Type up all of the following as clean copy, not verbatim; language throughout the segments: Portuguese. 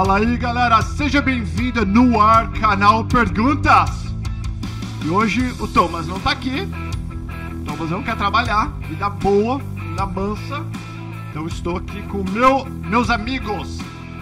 Fala aí, galera, seja bem-vinda no ar, canal Perguntas. E hoje o Thomas não tá aqui, o Thomas não quer trabalhar, vida boa, vida mansa. Então estou aqui com meus amigos.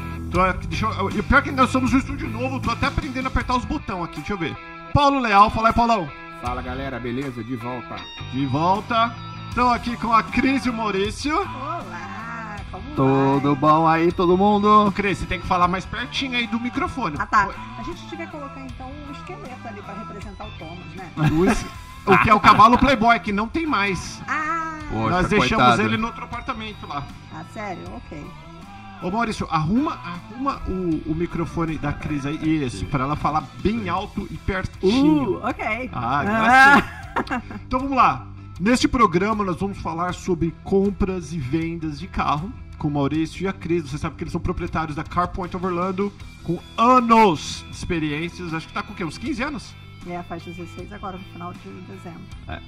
E pior que nós somos um estúdio novo, tô até aprendendo a apertar os botões aqui, deixa eu ver. Paulo Leal, fala aí, Paulão. Fala, galera, beleza? De volta. De volta. Estou aqui com a Cris e o Maurício. Olá, como Tudo vai? bom aí, todo mundo? Cris, você tem que falar mais pertinho aí do microfone. Ah, tá. A gente devia colocar, então, um esqueleto ali pra representar o Thomas, né? O que é o cavalo Playboy, que não tem mais. Ah, Poxa, Nós deixamos coitado. ele no outro apartamento lá. sério? Ok. Ô Maurício, arruma o microfone da Cris aí, isso, pra ela falar bem alto e pertinho. Ok. Agora sim. Então vamos lá. Neste programa nós vamos falar sobre compras e vendas de carro com o Maurício e a Cris. Você sabe que eles são proprietários da CarPoint of Orlando com anos de experiências. Acho que tá com o quê? Uns 15 anos? Faz 16 agora, no final de dezembro.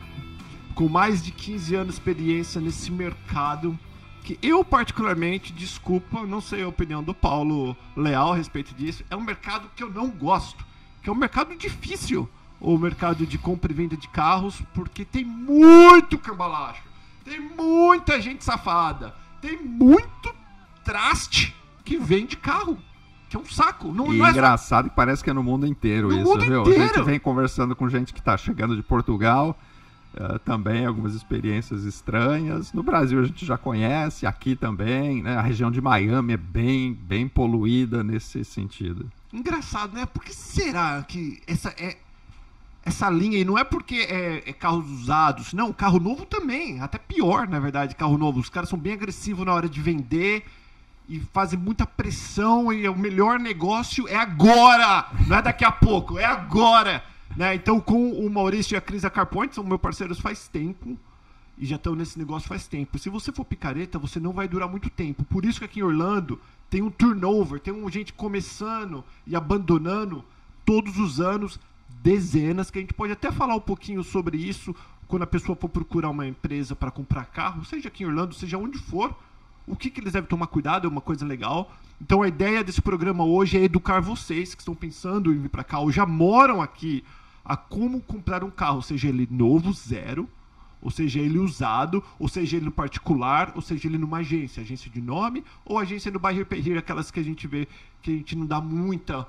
Com mais de 15 anos de experiência nesse mercado, que eu particularmente, desculpa, não sei a opinião do Paulo Leal a respeito disso, é um mercado que eu não gosto, que é um mercado difícil, o mercado de compra e venda de carros, porque tem muito cambalacho, tem muita gente safada, tem muito traste que vende carro, que é um saco. Não, E não é engraçado que parece que é no mundo inteiro No isso, mundo viu? inteiro. A gente vem conversando com gente que tá chegando de Portugal, também algumas experiências estranhas. No Brasil a gente já conhece, aqui também, né? A região de Miami é bem poluída nesse sentido. Engraçado, né? Por que será que essa linha aí não é porque é carros usados? Não, carro novo também. Até pior, na verdade, carro novo. Os caras são bem agressivos na hora de vender e fazem muita pressão e o melhor negócio é agora! Não é daqui a pouco, é agora! Né? Então, com o Maurício e a Cris da CarPoint, são meus parceiros faz tempo e já estão nesse negócio faz tempo. Se você for picareta, você não vai durar muito tempo. Por isso que aqui em Orlando tem um turnover, tem gente começando e abandonando todos os anos, dezenas, que a gente pode até falar um pouquinho sobre isso quando a pessoa for procurar uma empresa para comprar carro, seja aqui em Orlando, seja onde for, o que eles devem tomar cuidado, é uma coisa legal. Então a ideia desse programa hoje é educar vocês que estão pensando em vir para cá ou já moram aqui a como comprar um carro, seja ele novo, zero, ou seja ele usado, ou seja ele no particular, ou seja ele numa agência de nome, ou agência no bairro Perrir, aquelas que a gente vê que a gente não dá muita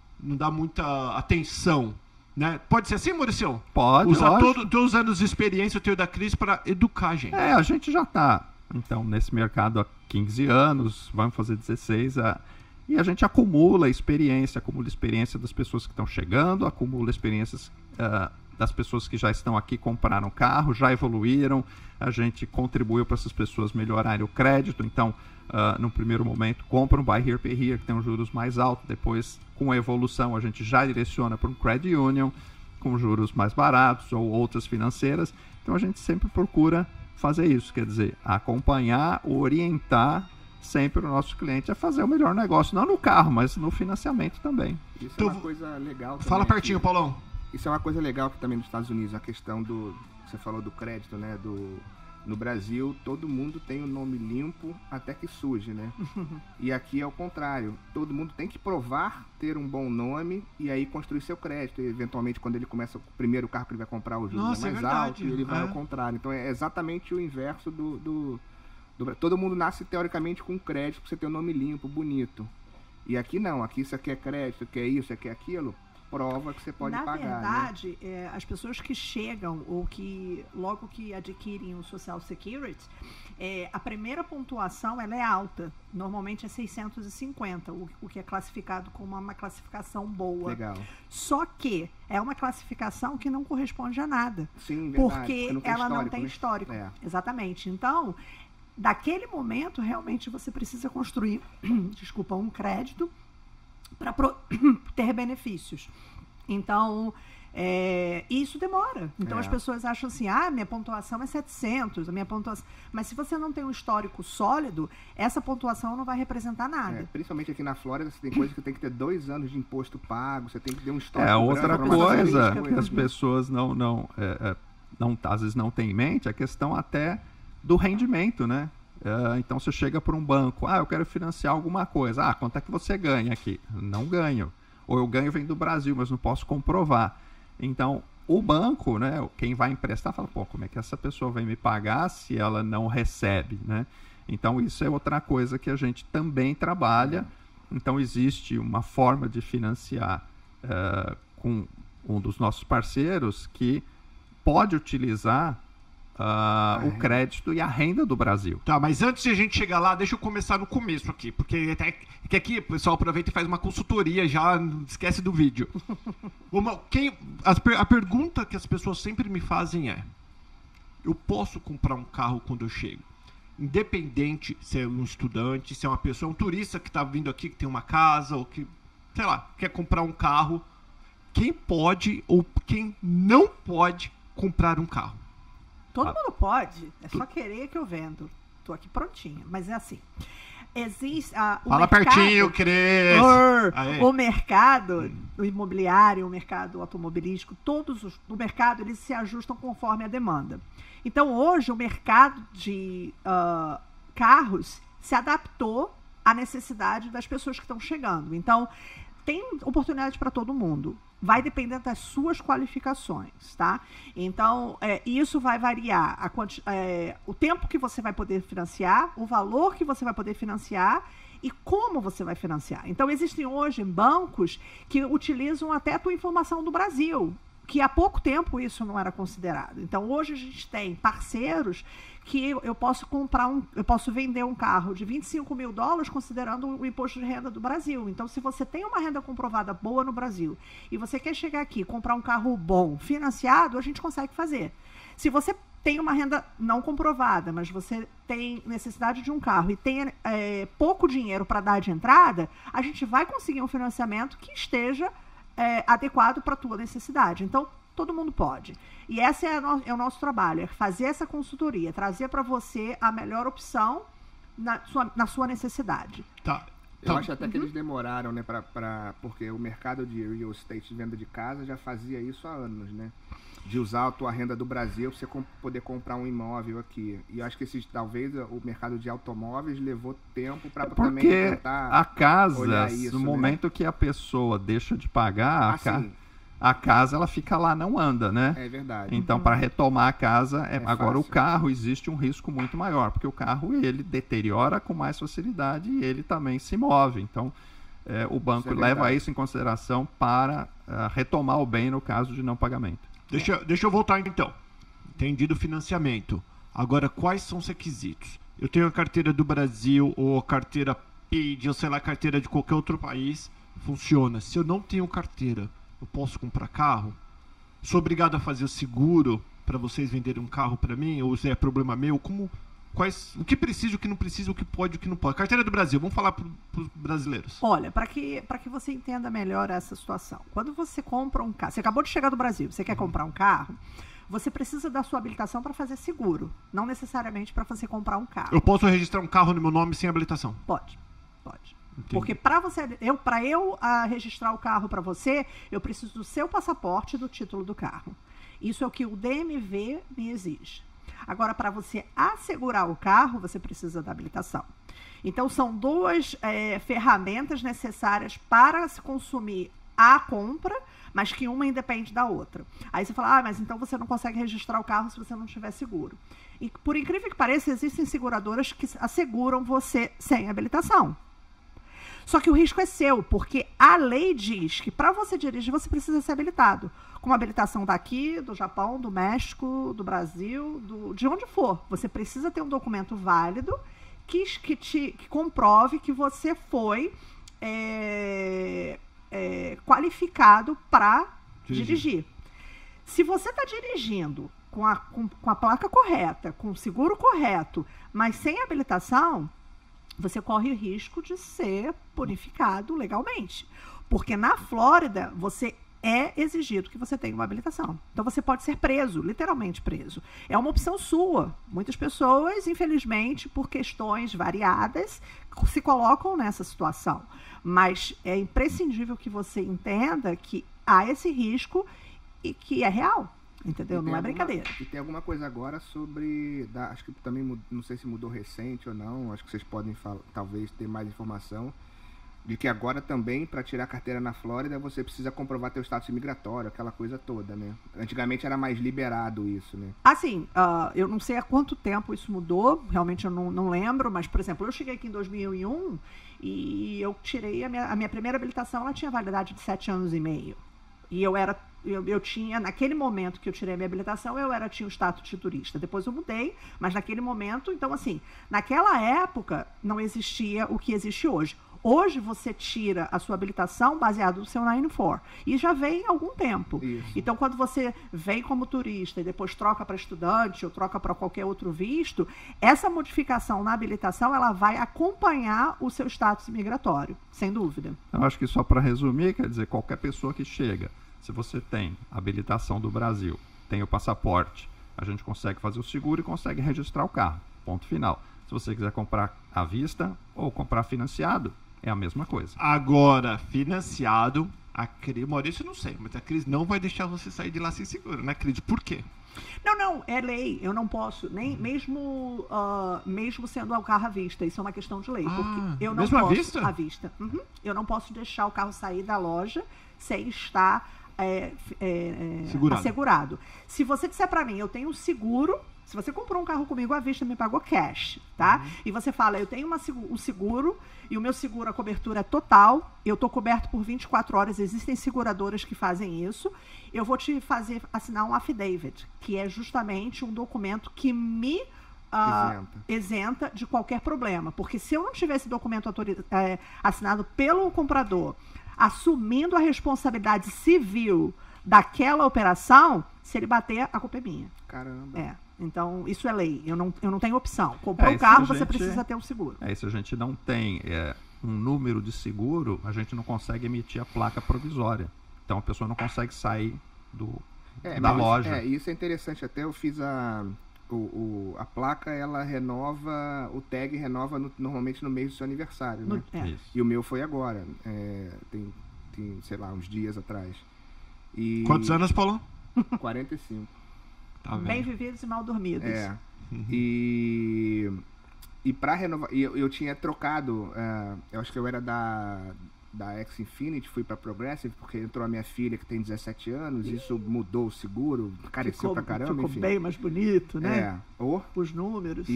atenção, né? Pode ser assim, Maurício? Pode, usar lógico. todos os anos de experiência, o teu da Cris, para educar a gente. A gente já tá, então, nesse mercado há 15 anos, vamos fazer 16, e a gente acumula experiência das pessoas que estão chegando, acumula experiências das pessoas que já estão aqui, compraram carro, já evoluíram, a gente contribuiu para essas pessoas melhorarem o crédito, então, no primeiro momento, compra um Buy Here, Pay Here, que tem uns juros mais altos, depois, com a evolução, a gente já direciona para um Credit Union, com juros mais baratos, ou outras financeiras, então a gente sempre procura fazer isso, quer dizer, acompanhar, orientar sempre o nosso cliente a fazer o melhor negócio, não no carro, mas no financiamento também. Isso Então, é uma coisa legal também. Fala pertinho, Paulão. Isso é uma coisa legal que também nos Estados Unidos, a questão do... Você falou do crédito, né? No Brasil, todo mundo tem o nome limpo até que suje, né? E aqui é o contrário. Todo mundo tem que provar ter um bom nome e aí construir seu crédito. E, eventualmente, quando ele começa o primeiro carro que ele vai comprar, o juros Nossa, é mais verdade. alto e ele vai ao contrário. Então, é exatamente o inverso do todo mundo nasce, teoricamente, com crédito, pra você ter um nome limpo, bonito. E aqui não. Aqui você quer crédito, quer isso, quer aquilo. Prova que você pode pagar. Na verdade, as pessoas que chegam ou que logo que adquirem o Social Security, a primeira pontuação ela é alta. Normalmente é 650, o que é classificado como uma classificação boa. Legal. Só que é uma classificação que não corresponde a nada. Sim, verdade. Porque não tem ela não histórico, tem né? histórico. É. Exatamente. Então, daquele momento, realmente você precisa construir, um crédito para ter benefícios. Então, isso demora. Então, as pessoas acham assim, minha pontuação é 700, a minha pontuação... Mas se você não tem um histórico sólido, essa pontuação não vai representar nada. Principalmente aqui na Flórida, você tem coisa que tem que ter 2 anos de imposto pago, você tem que ter um histórico... Outra grande pra uma coisa série de que as pessoas às vezes não têm em mente, é a questão até do rendimento, né? Então você chega para um banco, eu quero financiar alguma coisa. Quanto é que você ganha aqui? Não ganho. Ou eu ganho vem do Brasil, mas não posso comprovar. Então, o banco, né, quem vai emprestar, fala, como é que essa pessoa vai me pagar se ela não recebe, né? Então, isso é outra coisa que a gente também trabalha. Então, existe uma forma de financiar com um dos nossos parceiros que pode utilizar o crédito e a renda do Brasil. Tá, mas antes de a gente chegar lá, deixa eu começar no começo aqui, porque que aqui o pessoal aproveita e faz uma consultoria já, não esquece do vídeo. A pergunta que as pessoas sempre me fazem é: eu posso comprar um carro quando eu chego? Independente se é um estudante, se é uma pessoa, um turista que está vindo aqui, que tem uma casa, ou que, sei lá, quer comprar um carro, quem pode ou quem não pode comprar um carro? Todo mundo pode, é só querer que eu vendo. Tô aqui prontinha, mas é assim. Existe Fala pertinho, querer. O mercado, o imobiliário, o mercado automobilístico, no mercado eles se ajustam conforme a demanda. Então hoje o mercado de carros se adaptou à necessidade das pessoas que estão chegando. Então tem oportunidade para todo mundo. Vai depender das suas qualificações, tá? Então, isso vai variar. O tempo que você vai poder financiar, o valor que você vai poder financiar e como você vai financiar. Então, existem hoje bancos que utilizam até a tua informação do Brasil, que há pouco tempo isso não era considerado. Então, hoje a gente tem parceiros que eu posso vender um carro de $25 mil considerando o imposto de renda do Brasil. Então, se você tem uma renda comprovada boa no Brasil e você quer chegar aqui e comprar um carro bom, financiado, a gente consegue fazer. Se você tem uma renda não comprovada, mas você tem necessidade de um carro e tem pouco dinheiro para dar de entrada, a gente vai conseguir um financiamento que esteja adequado para a tua necessidade. Então, todo mundo pode. E esse é o nosso trabalho, é fazer essa consultoria, trazer para você a melhor opção na sua necessidade. Tá. Eu acho até que eles demoraram, né, porque o mercado de real estate, de venda de casa, já fazia isso há anos, né? De usar a tua renda do Brasil para você poder comprar um imóvel aqui. E eu acho que talvez o mercado de automóveis levou tempo para também tentar a casa, olhar isso, no né? momento que a pessoa deixa de pagar, a casa ela fica lá, não anda, né? É verdade. Então, para retomar a casa, agora fácil. o carro existe um risco muito maior, porque o carro ele deteriora com mais facilidade e ele também se move. Então, o banco leva isso em consideração para retomar o bem no caso de não pagamento. Deixa eu voltar então. Entendido o financiamento. Agora, quais são os requisitos? Eu tenho a carteira do Brasil ou a carteira PID, ou sei lá, a carteira de qualquer outro país. Funciona. Se eu não tenho carteira, eu posso comprar carro? Sou obrigado a fazer o seguro para vocês venderem um carro para mim? Ou se é problema meu? O que precisa, o que não precisa, o que pode, o que não pode? Carteira do Brasil, vamos falar para os brasileiros. Olha, para que você entenda melhor essa situação. Quando você compra um carro, você acabou de chegar do Brasil, você quer comprar um carro, você precisa da sua habilitação para fazer seguro, não necessariamente para você comprar um carro. Eu posso registrar um carro no meu nome sem habilitação? Pode. Entendi. Porque para eu registrar o carro para você, eu preciso do seu passaporte e do título do carro. Isso é o que o DMV me exige. Agora, para você assegurar o carro, você precisa da habilitação. Então, são duas ferramentas necessárias para se consumir a compra, mas que uma independe da outra. Aí você fala, mas então você não consegue registrar o carro se você não tiver seguro. E, por incrível que pareça, existem seguradoras que asseguram você sem habilitação. Só que o risco é seu, porque a lei diz que para você dirigir, você precisa ser habilitado. Com uma habilitação daqui, do Japão, do México, do Brasil, de onde for. Você precisa ter um documento válido que comprove que você foi qualificado para dirigir. Se você está dirigindo com a placa correta, com o seguro correto, mas sem habilitação, você corre o risco de ser punificado legalmente. Porque na Flórida, você é exigido que você tenha uma habilitação. Então, você pode ser preso, literalmente preso. É uma opção sua. Muitas pessoas, infelizmente, por questões variadas, se colocam nessa situação. Mas é imprescindível que você entenda que há esse risco e que é real. Entendeu? Não é brincadeira. E tem alguma coisa agora sobre... acho que também, não sei se mudou recente ou não, acho que vocês podem talvez ter mais informação, de que agora também, para tirar carteira na Flórida, você precisa comprovar teu status imigratório, aquela coisa toda, né? Antigamente era mais liberado isso, né? Assim, eu não sei há quanto tempo isso mudou, realmente eu não lembro, mas, por exemplo, eu cheguei aqui em 2001 e eu tirei a minha primeira habilitação, ela tinha validade de 7 anos e meio. E eu tinha, naquele momento que eu tirei a minha habilitação, tinha o status de turista. Depois eu mudei, mas naquele momento, então assim, naquela época não existia o que existe hoje. Hoje você tira a sua habilitação baseado no seu 9-4. E já vem há algum tempo. Isso. Então, quando você vem como turista e depois troca para estudante ou troca para qualquer outro visto, essa modificação na habilitação, ela vai acompanhar o seu status migratório, sem dúvida. Eu acho que só para resumir, quer dizer, qualquer pessoa que chega, se você tem a habilitação do Brasil, tem o passaporte, a gente consegue fazer o seguro e consegue registrar o carro. Ponto final. Se você quiser comprar à vista ou comprar financiado, é a mesma coisa. Agora, financiado, Maurício, eu não sei, mas a Cris não vai deixar você sair de lá sem seguro, né, Cris? Por quê? Não, é lei. Eu não posso, nem mesmo sendo o carro à vista. Isso é uma questão de lei. Porque eu não mesmo posso, à vista? À vista. Uhum. Eu não posso deixar o carro sair da loja sem estar assegurado. Se você disser pra mim, eu tenho seguro. Se você comprou um carro comigo à vista, me pagou cash, tá? E você fala, eu tenho um seguro e o meu seguro, a cobertura é total, eu tô coberto por 24 horas, existem seguradoras que fazem isso, eu vou te fazer assinar um affidavit, que é justamente um documento que me isenta de qualquer problema. Porque se eu não tiver esse documento assinado pelo comprador, assumindo a responsabilidade civil daquela operação, se ele bater, a culpa é minha. Caramba. Então, isso é lei. Eu não tenho opção. Comprou o carro, você precisa ter um seguro. Se a gente não tem um número de seguro, a gente não consegue emitir a placa provisória. Então, a pessoa não consegue sair da loja. Isso é interessante. Até eu fiz a placa, ela renova, o tag renova normalmente no mês do seu aniversário, né? E o meu foi agora. Tem, sei lá, uns dias atrás. Quantos anos, Paulo? 45. Tá bem vividos e mal dormidos. E para renovar, eu tinha trocado, eu acho que eu era da X-Infinity, fui pra Progressive, porque entrou a minha filha que tem 17 anos, isso mudou o seguro, careceu pra caramba, ficou bem mais bonito, né? Os números.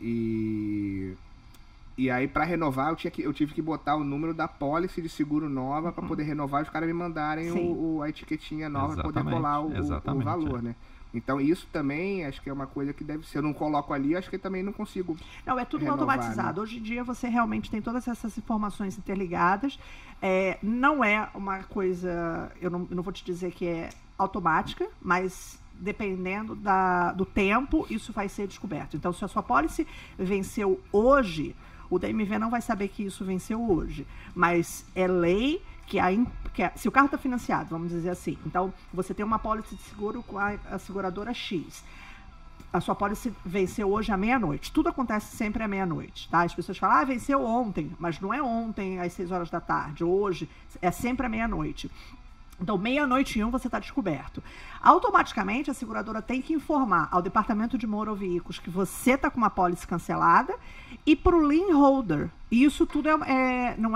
E aí, pra renovar, eu tive que botar o número da pólice de seguro nova pra poder renovar e os caras me mandarem a etiquetinha nova pra poder colar o valor, né? Então, isso também, acho que é uma coisa que deve ser. Eu não coloco ali, acho que também não consigo. Não, é tudo renovar, automatizado. Né? Hoje em dia, você realmente tem todas essas informações interligadas. Não é uma coisa, eu não vou te dizer que é automática, mas dependendo do tempo, isso vai ser descoberto. Então, se a sua pólice venceu hoje, o DMV não vai saber que isso venceu hoje. Mas é lei que se o carro está financiado, vamos dizer assim, então você tem uma pólice de seguro com a seguradora X, a sua pólice venceu hoje à meia-noite, tudo acontece sempre à meia-noite, tá? As pessoas falam, venceu ontem, mas não é ontem às 6 horas da tarde, hoje, é sempre à meia-noite. Então, 00:01 você está descoberto. Automaticamente, a seguradora tem que informar ao Departamento de Motor Veículos que você está com uma pólice cancelada e para o lien holder. E isso tudo não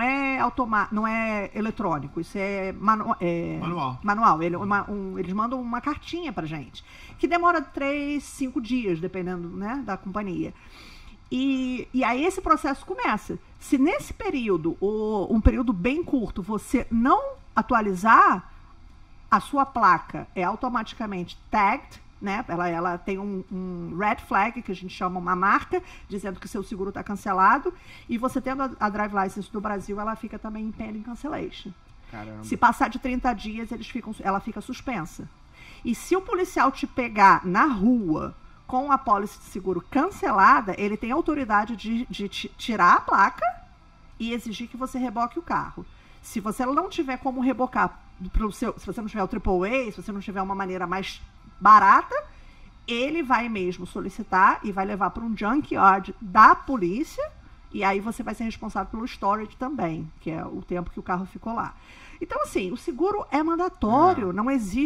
é eletrônico, isso é manual. Eles mandam uma cartinha para gente, que demora 3, 5 dias, dependendo, né, da companhia. E aí esse processo começa. Se nesse período, um período bem curto, você não atualizar, a sua placa é automaticamente tagged, né? Ela tem um red flag, que a gente chama uma marca, dizendo que seu seguro está cancelado, e você tendo a drive license do Brasil, ela fica também em pending cancellation. Caramba. Se passar de 30 dias, ela fica suspensa. E se o policial te pegar na rua com a pólice de seguro cancelada, ele tem autoridade de tirar a placa e exigir que você reboque o carro. Se você não tiver como rebocar, se você não tiver o AAA, se você não tiver uma maneira mais barata, ele vai mesmo solicitar e vai levar para um junkyard da polícia, e aí você vai ser responsável pelo storage também, que é o tempo que o carro ficou lá. Então, assim, o seguro é mandatório, não existe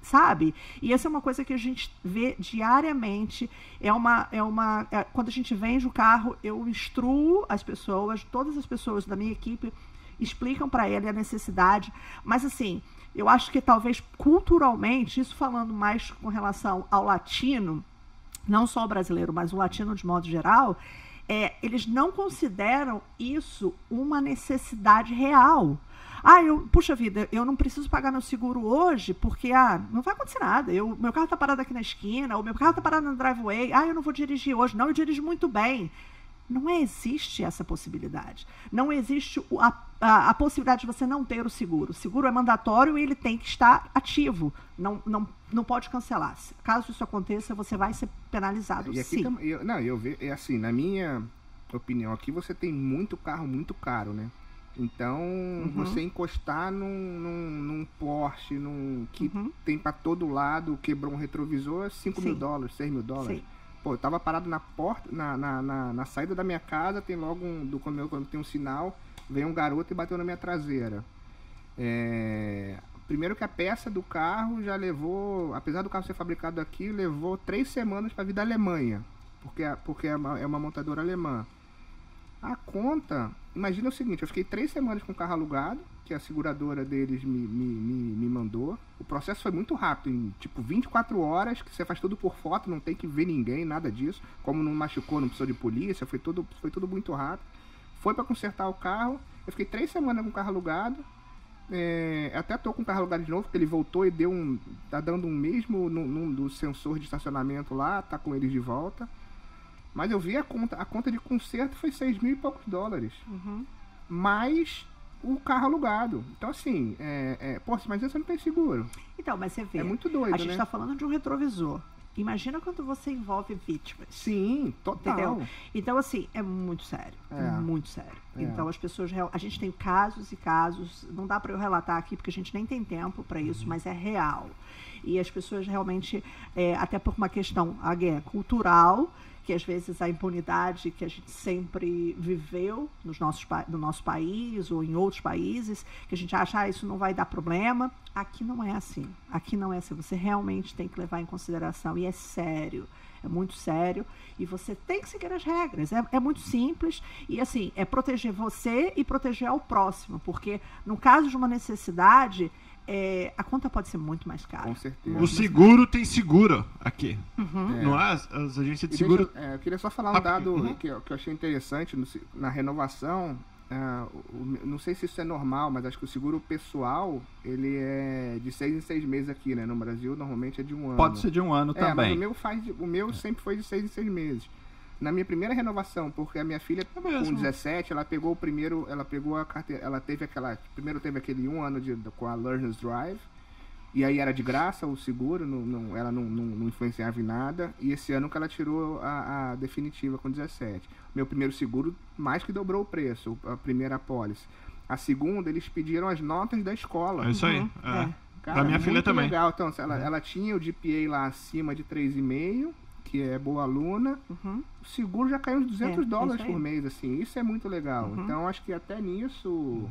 sabe? E essa é uma coisa que a gente vê diariamente. Quando a gente vende o carro, eu instruo as pessoas, todas as pessoas da minha equipe explicam para ele a necessidade. Mas assim, eu acho que talvez culturalmente, isso falando mais com relação ao latino, não só o brasileiro, mas o latino de modo geral, eles não consideram isso uma necessidade real. Puxa vida, eu não preciso pagar meu seguro hoje porque, não vai acontecer nada. Meu carro está parado aqui na esquina, ou meu carro está parado no driveway. Eu não vou dirigir hoje. Não, eu dirijo muito bem. Não existe essa possibilidade. Não existe a possibilidade de você não ter o seguro. O seguro é mandatório e ele tem que estar ativo. Não pode cancelar. Caso isso aconteça, você vai ser penalizado, e aqui sim. Eu vejo, assim, na minha opinião, aqui você tem muito carro muito caro, né? Então, você encostar num Porsche, que tem para todo lado, quebrou um retrovisor, $5 mil, $6 mil. Sim. Pô, eu tava parado na porta, na saída da minha casa, tem logo quando tem um sinal, veio um garoto e bateu na minha traseira. Primeiro que a peça do carro já levou, apesar do carro ser fabricado aqui, levou 3 semanas para vir da Alemanha, porque é uma montadora alemã. A conta, imagina o seguinte, eu fiquei 3 semanas com o carro alugado, que a seguradora deles me mandou. O processo foi muito rápido, em tipo 24 horas, que você faz tudo por foto, não tem que ver ninguém, nada disso. Como não machucou, não precisou de polícia, foi tudo muito rápido. Foi para consertar o carro, eu fiquei 3 semanas com o carro alugado. Até tô com o carro alugado de novo, porque ele voltou e tá dando um mesmo do sensor de estacionamento lá, tá com eles de volta. Mas eu vi a conta de conserto foi $6 mil e poucos. Mais o carro alugado. Então, assim, mas você não tem seguro. Então, mas você vê. É muito doido, a gente né? está falando de um retrovisor. Imagina quando você envolve vítimas. Sim, total. Entendeu? Então, assim, é muito sério. Muito sério. Então, as pessoas... A gente tem casos e casos. Não dá para eu relatar aqui, porque a gente nem tem tempo para isso, mas é real. E as pessoas realmente, até por uma questão cultural, que às vezes a impunidade que a gente sempre viveu no nosso país ou em outros países, que a gente acha, isso não vai dar problema. Aqui não é assim. Aqui não é assim. Você realmente tem que levar em consideração. E é sério. É muito sério. E você tem que seguir as regras. É muito simples. E assim, é proteger você e proteger ao próximo. Porque no caso de uma necessidade... a conta pode ser muito mais cara. Com certeza. O seguro tem seguro aqui. Não é? As agências de seguro... eu queria só falar um dado que eu achei interessante na renovação. Não sei se isso é normal, mas acho que o seguro pessoal, ele é de 6 em 6 meses aqui, né? No Brasil, normalmente é de 1 ano. Pode ser de 1 ano também. Mas o meu sempre foi de 6 em 6 meses. Na minha primeira renovação, porque a minha filha, com 17, ela pegou o primeiro, ela pegou a carteira, ela teve primeiro teve aquele 1 ano com a Learner's Drive, e aí era de graça o seguro, ela não influenciava em nada, e esse ano que ela tirou a definitiva com 17. Meu primeiro seguro mais que dobrou o preço, a primeira apólice. A segunda, eles pediram as notas da escola. É isso aí. Cara, pra minha filha também. Legal. Então, ela tinha o GPA lá acima de 3,5, que é boa aluna, o seguro já caiu uns $200 por mês, assim, isso é muito legal. Então, acho que até nisso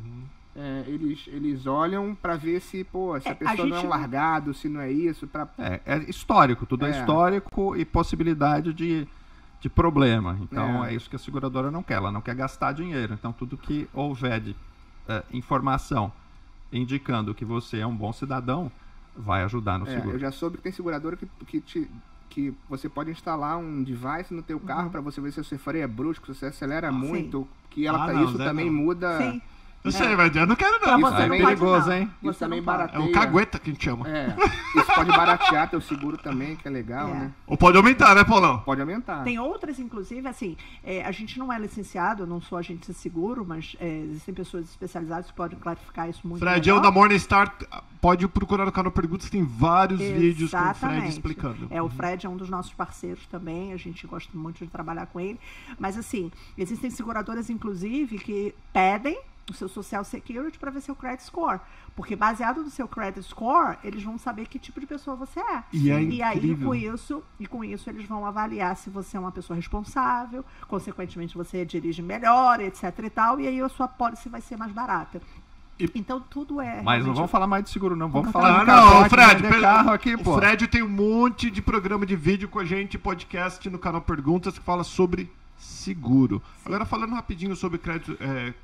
eles olham para ver se a pessoa não é um largado, se não é isso. É histórico, tudo é histórico e possibilidade de problema. Então, é isso que a seguradora não quer, ela não quer gastar dinheiro. Então, tudo que houver de informação indicando que você é um bom cidadão, vai ajudar no seguro. Eu já soube que tem seguradora que você pode instalar um device no teu carro para você ver se você freia brusco, se você acelera muito, que isso também muda. Sim. Eu sei, mas eu não quero não. Isso você também não é perigoso, não. hein? Isso também barateia. É o cagueta que a gente chama. Isso pode baratear teu seguro também, que é legal, né? Ou pode aumentar, né, Paulão? Pode aumentar. Tem outras, inclusive, assim, a gente não é licenciado, eu não sou agente de seguro, mas existem pessoas especializadas que podem clarificar isso muito Fred, melhor. eu da Morningstar, pode procurar no canal Perguntas, tem vários vídeos com o Fred explicando. O Fred é um dos nossos parceiros também, a gente gosta muito de trabalhar com ele. Mas, assim, existem seguradoras, inclusive, que pedem o seu Social Security para ver seu credit score. Porque baseado no seu credit score, eles vão saber que tipo de pessoa você é. E aí, com isso, eles vão avaliar se você é uma pessoa responsável, consequentemente, você dirige melhor, etc e tal, e aí a sua pólice vai ser mais barata. Então tudo é. Mas não realmente- vamos falar mais de seguro, não. Vamos Não, falar de não, capote, Fred, vender carro aqui, o pô. Fred tem um monte de programa de vídeo com a gente, podcast no canal Perguntas, que fala sobre seguro. Agora, falando rapidinho sobre crédito,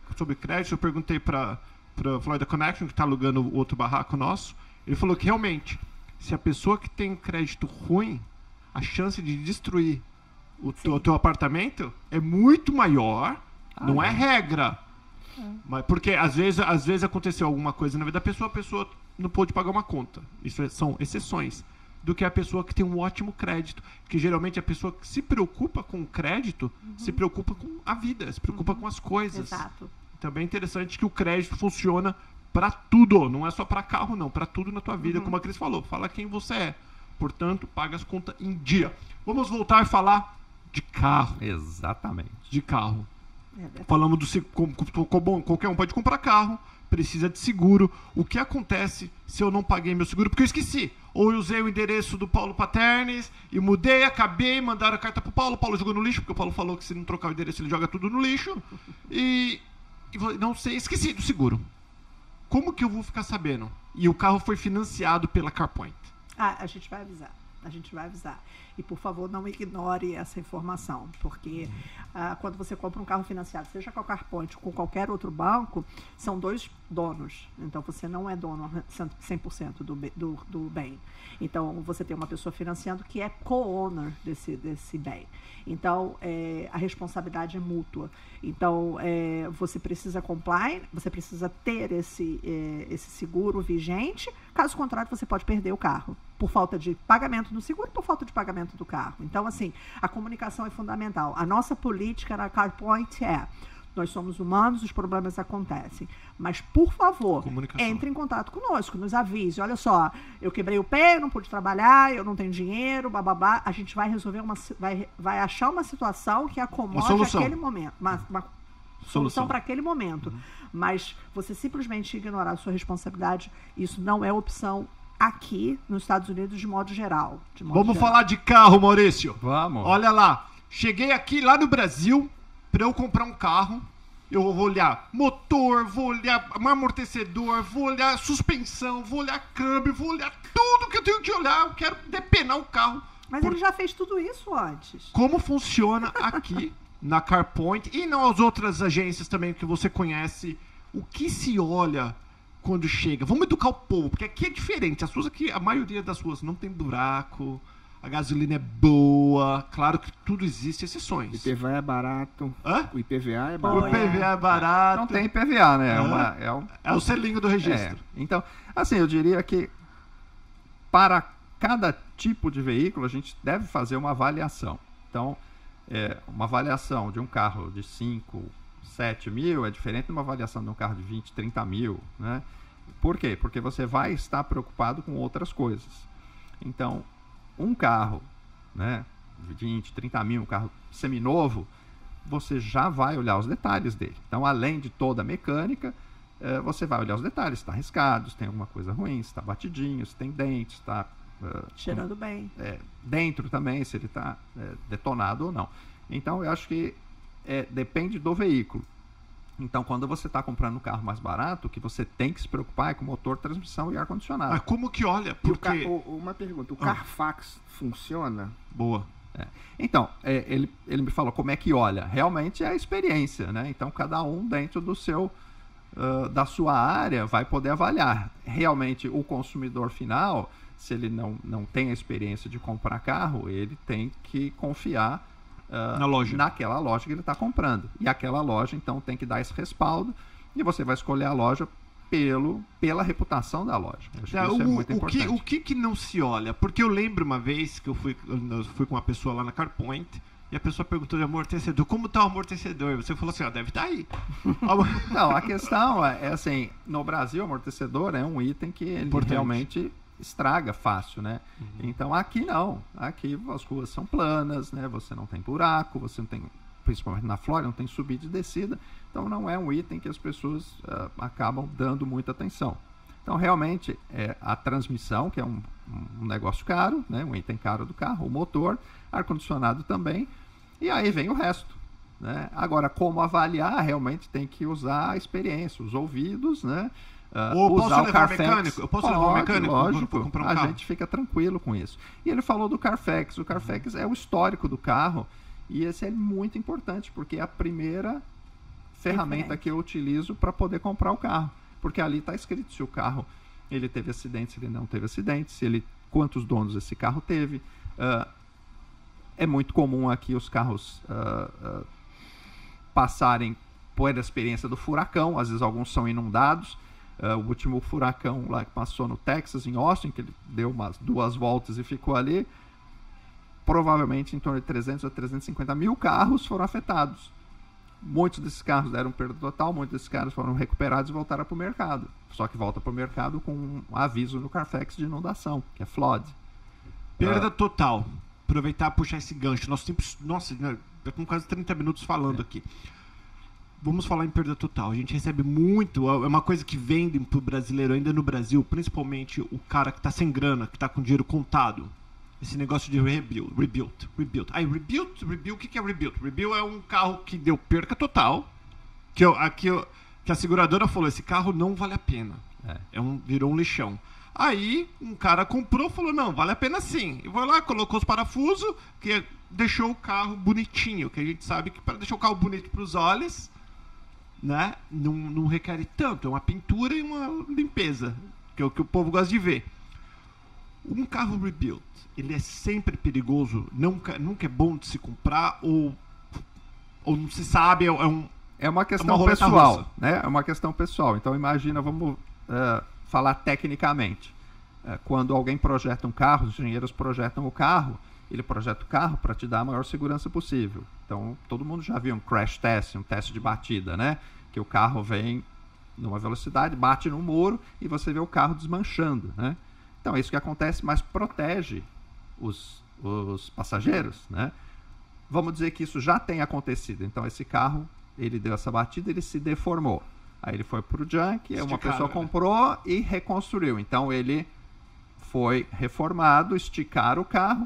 eu perguntei para Florida Connection, que está alugando o outro barraco nosso. Ele falou que realmente, se a pessoa que tem crédito ruim, a chance de destruir o teu apartamento é muito maior. Não é regra. Mas porque às vezes aconteceu alguma coisa na vida da pessoa, a pessoa não pôde pagar uma conta. Isso são exceções. Do que a pessoa que tem um ótimo crédito. Que geralmente a pessoa que se preocupa com o crédito se preocupa com a vida, se preocupa com as coisas. Exato. Também é interessante que o crédito funciona para tudo. Não é só para carro, não. Para tudo na tua vida. Como a Cris falou, fala quem você é. Portanto, paga as contas em dia. Vamos voltar a falar de carro. Exatamente. De carro. É verdade. Falamos do qualquer um pode comprar carro, precisa de seguro. O que acontece se eu não paguei meu seguro? Porque eu esqueci. Ou eu usei o endereço do Paulo Paternes e mudei, acabei, mandaram a carta pro Paulo. O Paulo jogou no lixo, porque o Paulo falou que se não trocar o endereço ele joga tudo no lixo. E não sei, esqueci do seguro. Como que eu vou ficar sabendo? E o carro foi financiado pela CarPoint. A gente vai avisar. A gente vai avisar. E, por favor, não ignore essa informação, porque quando você compra um carro financiado, seja com a CarPoint ou com qualquer outro banco, são dois donos. Então, você não é dono 100% do bem. Então, você tem uma pessoa financiando que é co-owner desse bem. Então, a responsabilidade é mútua. Então, você precisa comply, você precisa ter esse seguro vigente. Caso contrário, você pode perder o carro por falta de pagamento do seguro, por falta de pagamento do carro. Então, assim, a comunicação é fundamental. A nossa política na CarPoint nós somos humanos, os problemas acontecem. Mas, por favor, entre em contato conosco, nos avise. Olha só, eu quebrei o pé, eu não pude trabalhar, eu não tenho dinheiro, bababá. A gente vai resolver vai achar uma situação que acomode aquele momento. Uma solução para aquele momento. Mas você simplesmente ignorar a sua responsabilidade, isso não é opção aqui nos Estados Unidos de modo geral. Vamos falar de carro, Maurício. Vamos. Olha lá, cheguei aqui lá no Brasil, para eu comprar um carro, eu vou olhar motor, vou olhar amortecedor, vou olhar suspensão, vou olhar câmbio, vou olhar tudo que eu tenho que olhar, eu quero depenar o carro. Mas ele já fez tudo isso antes. Como funciona aqui na CarPoint e nas outras agências também que você conhece, o que se olha quando chega? Vamos educar o povo, porque aqui é diferente. As suas aqui, a maioria das ruas não tem buraco, a gasolina é boa, claro que tudo existe, exceções. O IPVA é barato. Hã? O IPVA é O barato. IPVA é barato. Não tem IPVA, né? É o selinho do registro. Então, assim, eu diria que para cada tipo de veículo a gente deve fazer uma avaliação. Então, uma avaliação de um carro de 5, 7 mil é diferente de uma avaliação de um carro de 20, 30 mil, né? Por quê? Porque você vai estar preocupado com outras coisas. Então, um carro, né, de 20, 30 mil, um carro seminovo, você já vai olhar os detalhes dele. Então, além de toda a mecânica, você vai olhar os detalhes. Se está arriscado, se tem alguma coisa ruim, se está batidinho, se tem dente, se está... cheirando bem. Dentro também, se ele está detonado ou não. Então, eu acho que depende do veículo. Então, quando você está comprando um carro mais barato, o que você tem que se preocupar é com motor, transmissão e ar-condicionado. Mas como que olha? Porque... Uma pergunta, o Carfax funciona? Boa. Então, ele me falou como é que olha. Realmente é a experiência, né? Então, cada um dentro do seu... da sua área vai poder avaliar. Realmente, o consumidor final, se ele não tem a experiência de comprar carro, ele tem que confiar na loja. Naquela loja que ele está comprando. E aquela loja, então, tem que dar esse respaldo e você vai escolher a loja pela reputação da loja. Acho que isso é muito importante. O que não se olha? Porque eu lembro uma vez que eu fui com uma pessoa lá na CarPoint e a pessoa perguntou de amortecedor. Como está o amortecedor? Você falou assim, deve estar aí. Não, a questão é assim, no Brasil, o amortecedor é um item que ele realmente estraga fácil, né? Então, aqui não. Aqui as ruas são planas, né? Você não tem buraco, você não tem, principalmente na Flórida, não tem subida e descida. Então, não é um item que as pessoas acabam dando muita atenção. Então, realmente, a transmissão, que é um negócio caro, né? Um item caro do carro, o motor, ar-condicionado também, e aí vem o resto. né? Agora, como avaliar, realmente tem que usar a experiência, os ouvidos, né? Ou usar posso o levar Carfax. o mecânico? Eu posso levar o mecânico Lógico, pra comprar um a carro? gente fica tranquilo com isso. E ele falou do Carfax. O Carfax é o histórico do carro e esse é muito importante porque é a primeira ferramenta que eu utilizo para poder comprar o carro. Porque ali está escrito se o carro ele teve acidente, se ele não teve acidente, quantos donos esse carro teve. É muito comum aqui os carros passarem por a experiência do furacão, às vezes alguns são inundados. O último furacão lá que passou no Texas, em Austin, que ele deu umas 2 voltas e ficou ali, provavelmente em torno de 300 a 350 mil carros foram afetados. Muitos desses carros deram perda total, muitos desses carros foram recuperados e voltaram para o mercado. Só que volta para o mercado com um aviso no Carfax de inundação, que é flood. Perda total. Aproveitar e puxar esse gancho. Nossa, já estamos quase 30 minutos falando aqui. Vamos falar em perda total. A gente recebe muito, é uma coisa que vendem pro brasileiro ainda no Brasil, principalmente o cara que tá sem grana, que tá com dinheiro contado. Esse negócio de rebuild. Aí, rebuild, o que é rebuild? Rebuild é um carro que deu perca total, que a seguradora falou, esse carro não vale a pena. Virou um lixão. Aí, um cara comprou e falou, não, vale a pena sim. E foi lá, colocou os parafusos, que deixou o carro bonitinho, que a gente sabe que para deixar o carro bonito pros olhos, né, não requer tanto, é uma pintura e uma limpeza, que é o que o povo gosta de ver. Um carro rebuild, ele é sempre perigoso, nunca é bom de se comprar, ou não se sabe, é uma questão pessoal, né? É uma questão pessoal. Então imagina, vamos falar tecnicamente. Quando alguém projeta um carro, os engenheiros projetam o carro, ele projeta o carro para te dar a maior segurança possível. Então, todo mundo já viu um crash test, um teste de batida, né? Que o carro vem numa velocidade, bate no muro e você vê o carro desmanchando, né? Então, é isso que acontece, mas protege os passageiros, né? Vamos dizer que isso já tem acontecido. Então, esse carro, ele deu essa batida, ele se deformou. Aí ele foi para o junk, uma pessoa comprou e reconstruiu. Então, ele foi reformado, esticaram o carro.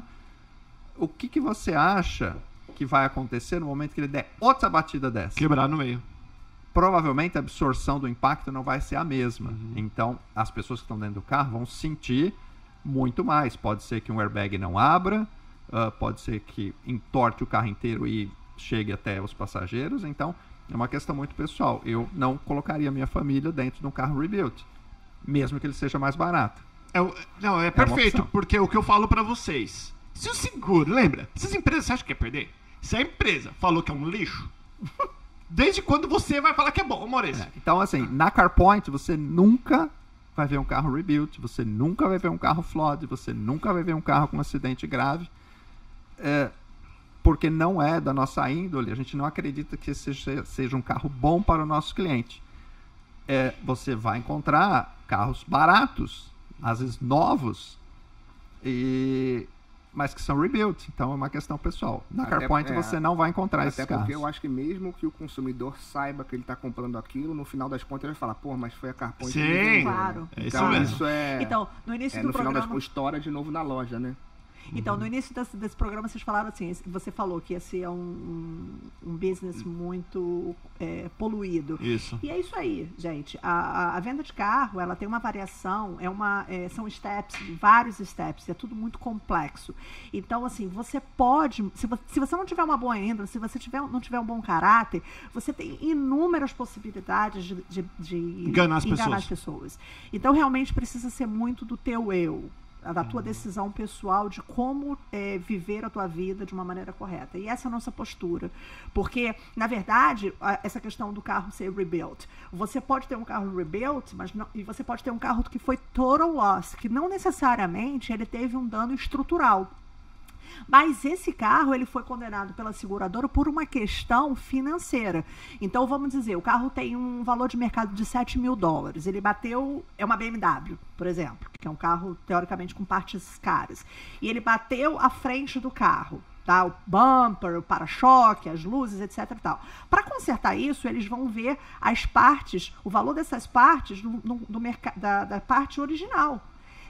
O que você acha que vai acontecer no momento que ele der outra batida dessa? Quebrar no meio. Provavelmente a absorção do impacto não vai ser a mesma. Então, as pessoas que estão dentro do carro vão sentir muito mais. Pode ser que um airbag não abra, pode ser que entorte o carro inteiro e chegue até os passageiros. Então, é uma questão muito pessoal. Eu não colocaria minha família dentro de um carro rebuilt, mesmo que ele seja mais barato. É perfeito, porque o que eu falo para vocês, se o seguro, lembra, essas empresas, você acha que quer perder? Se a empresa falou que é um lixo, desde quando você vai falar que é bom, Maurício? Então, assim, na CarPoint, você nunca vai ver um carro rebuilt, você nunca vai ver um carro flood, você nunca vai ver um carro com um acidente grave, porque não é da nossa índole, a gente não acredita que esse seja um carro bom para o nosso cliente. Você vai encontrar carros baratos, às vezes novos, mas que são rebuilt, então é uma questão pessoal. Na CarPoint você não vai encontrar esses carros. Até porque eu acho que mesmo que o consumidor saiba que ele está comprando aquilo, no final das contas ele vai falar, pô, mas foi a CarPoint que me vendeu. Claro. Então isso então, no início do programa... No final das história de novo na loja, né? Então, no início desse programa, vocês falaram assim, você falou que esse é um business muito poluído. Isso. E é isso aí, gente. A venda de carro, ela tem uma variação, são steps, vários steps, é tudo muito complexo. Então, assim, você pode, se você não tiver uma boa índole, se você não tiver um bom caráter, você tem inúmeras possibilidades de enganar as pessoas. Então, realmente, precisa ser muito do teu eu, da tua decisão pessoal de como viver a tua vida de uma maneira correta. E essa é a nossa postura. Porque, na verdade, essa questão do carro ser rebuilt, você pode ter um carro rebuilt, e você pode ter um carro que foi total loss, que não necessariamente ele teve um dano estrutural. Mas esse carro, ele foi condenado pela seguradora por uma questão financeira. Então, vamos dizer, o carro tem um valor de mercado de $7.000. Ele bateu, é uma BMW, por exemplo, que é um carro, teoricamente, com partes caras. E ele bateu a frente do carro, tá? O bumper, o para-choque, as luzes, etc. Para consertar isso, eles vão ver as partes, o valor dessas partes da parte original.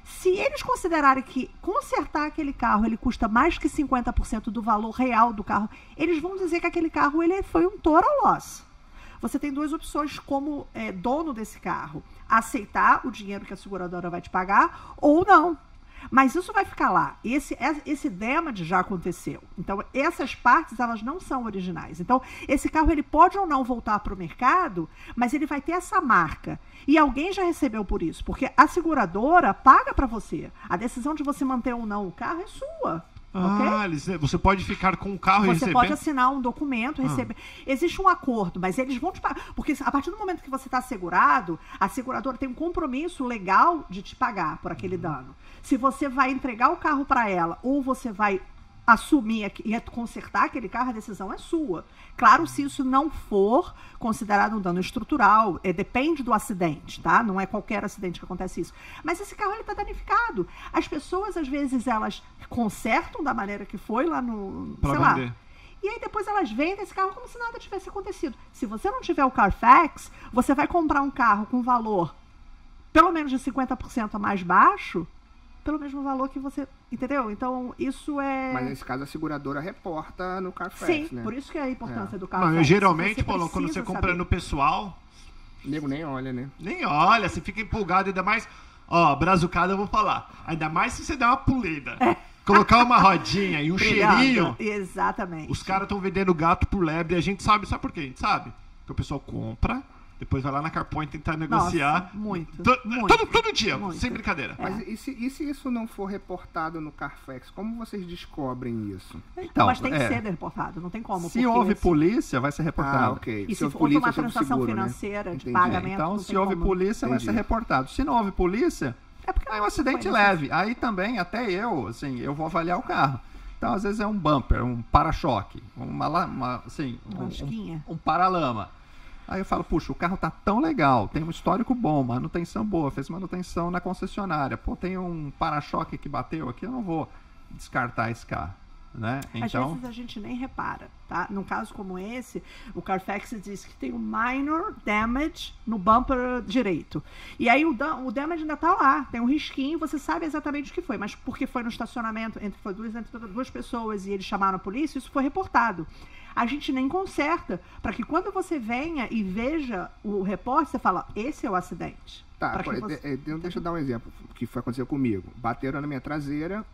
Se eles considerarem que consertar aquele carro ele custa mais que 50% do valor real do carro, eles vão dizer que aquele carro ele foi um total loss. Você tem duas opções como dono desse carro: aceitar o dinheiro que a seguradora vai te pagar ou não. Mas isso vai ficar lá. Esse damage já aconteceu. Então, essas partes, elas não são originais. Então, esse carro, ele pode ou não voltar para o mercado, mas ele vai ter essa marca. E alguém já recebeu por isso, porque a seguradora paga para você. A decisão de você manter ou não o carro é sua. Okay? Você pode ficar com o carro e receber... Você pode assinar um documento, receber... Existe um acordo, mas eles vão te pagar. Porque a partir do momento que você está segurado, a seguradora tem um compromisso legal de te pagar por aquele dano. Se você vai entregar o carro para ela ou você vai assumir e consertar aquele carro, a decisão é sua. Claro, se isso não for considerado um dano estrutural, depende do acidente, tá? Não é qualquer acidente que acontece isso. Mas esse carro, ele tá danificado. As pessoas, às vezes, elas consertam da maneira que foi lá no... Pra sei vender. lá. E aí depois elas vendem esse carro como se nada tivesse acontecido. Se você não tiver o Carfax, você vai comprar um carro com valor pelo menos de 50% mais baixo, pelo mesmo valor que você... Entendeu? Então, isso é... Mas nesse caso a seguradora reporta no Carfax, Sim, né? por isso que é a importância do Carfax. Não, geralmente, Você Paulo, quando você precisa compra saber. no pessoal, O nego nem olha, né? nem olha, você fica empolgado, ainda mais... Ó, brazucada eu vou falar. Ainda mais se você der uma pulida. Colocar uma rodinha e um Obrigada. cheirinho. Exatamente. Os caras estão vendendo gato por lebre e a gente sabe por quê? A gente sabe. Porque o pessoal compra, depois vai lá na Carpoint tentar negociar. Nossa, muito. Todo dia, muito. sem brincadeira. Mas e se isso não for reportado no Carfax? Como vocês descobrem isso? Então, Mas tem que ser reportado, não tem como. Se porque houve polícia, vai ser reportado. Ah, ok. E se for polícia, uma houve transação seguro, né? financeira de Entendi. pagamento, Então, não se tem houve como. polícia, vai ser Entendi. reportado. Se não houve polícia, É porque aí um não acidente foi leve. Aí também, até eu vou avaliar o carro. Então, às vezes é um bumper, um para-choque, uma lasquinha. um paralama. Aí eu falo, puxa, o carro tá tão legal, tem um histórico bom, manutenção boa, fez manutenção na concessionária. Pô, tem um para-choque que bateu aqui, eu não vou descartar esse carro, né? Às Então, vezes a gente nem repara, tá? Num caso como esse, o Carfax diz que tem um minor damage no bumper direito. E aí o damage ainda tá lá, tem um risquinho, você sabe exatamente o que foi, mas porque foi no estacionamento, entre duas pessoas e eles chamaram a polícia, isso foi reportado. A gente nem conserta, para que quando você venha e veja o repórter, você fala, esse é o acidente. Tá, Pra que você- deixa eu dar um exemplo que foi acontecer comigo. Bateram na minha traseira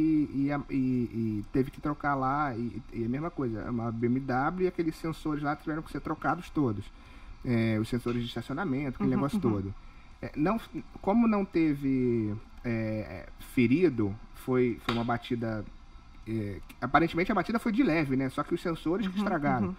e teve que trocar lá, e a mesma coisa, uma BMW e aqueles sensores lá tiveram que ser trocados todos. Os sensores de estacionamento, aquele negócio todo. Como não teve ferido, foi uma batida... aparentemente a batida foi de leve, né? Só que os sensores que estragaram.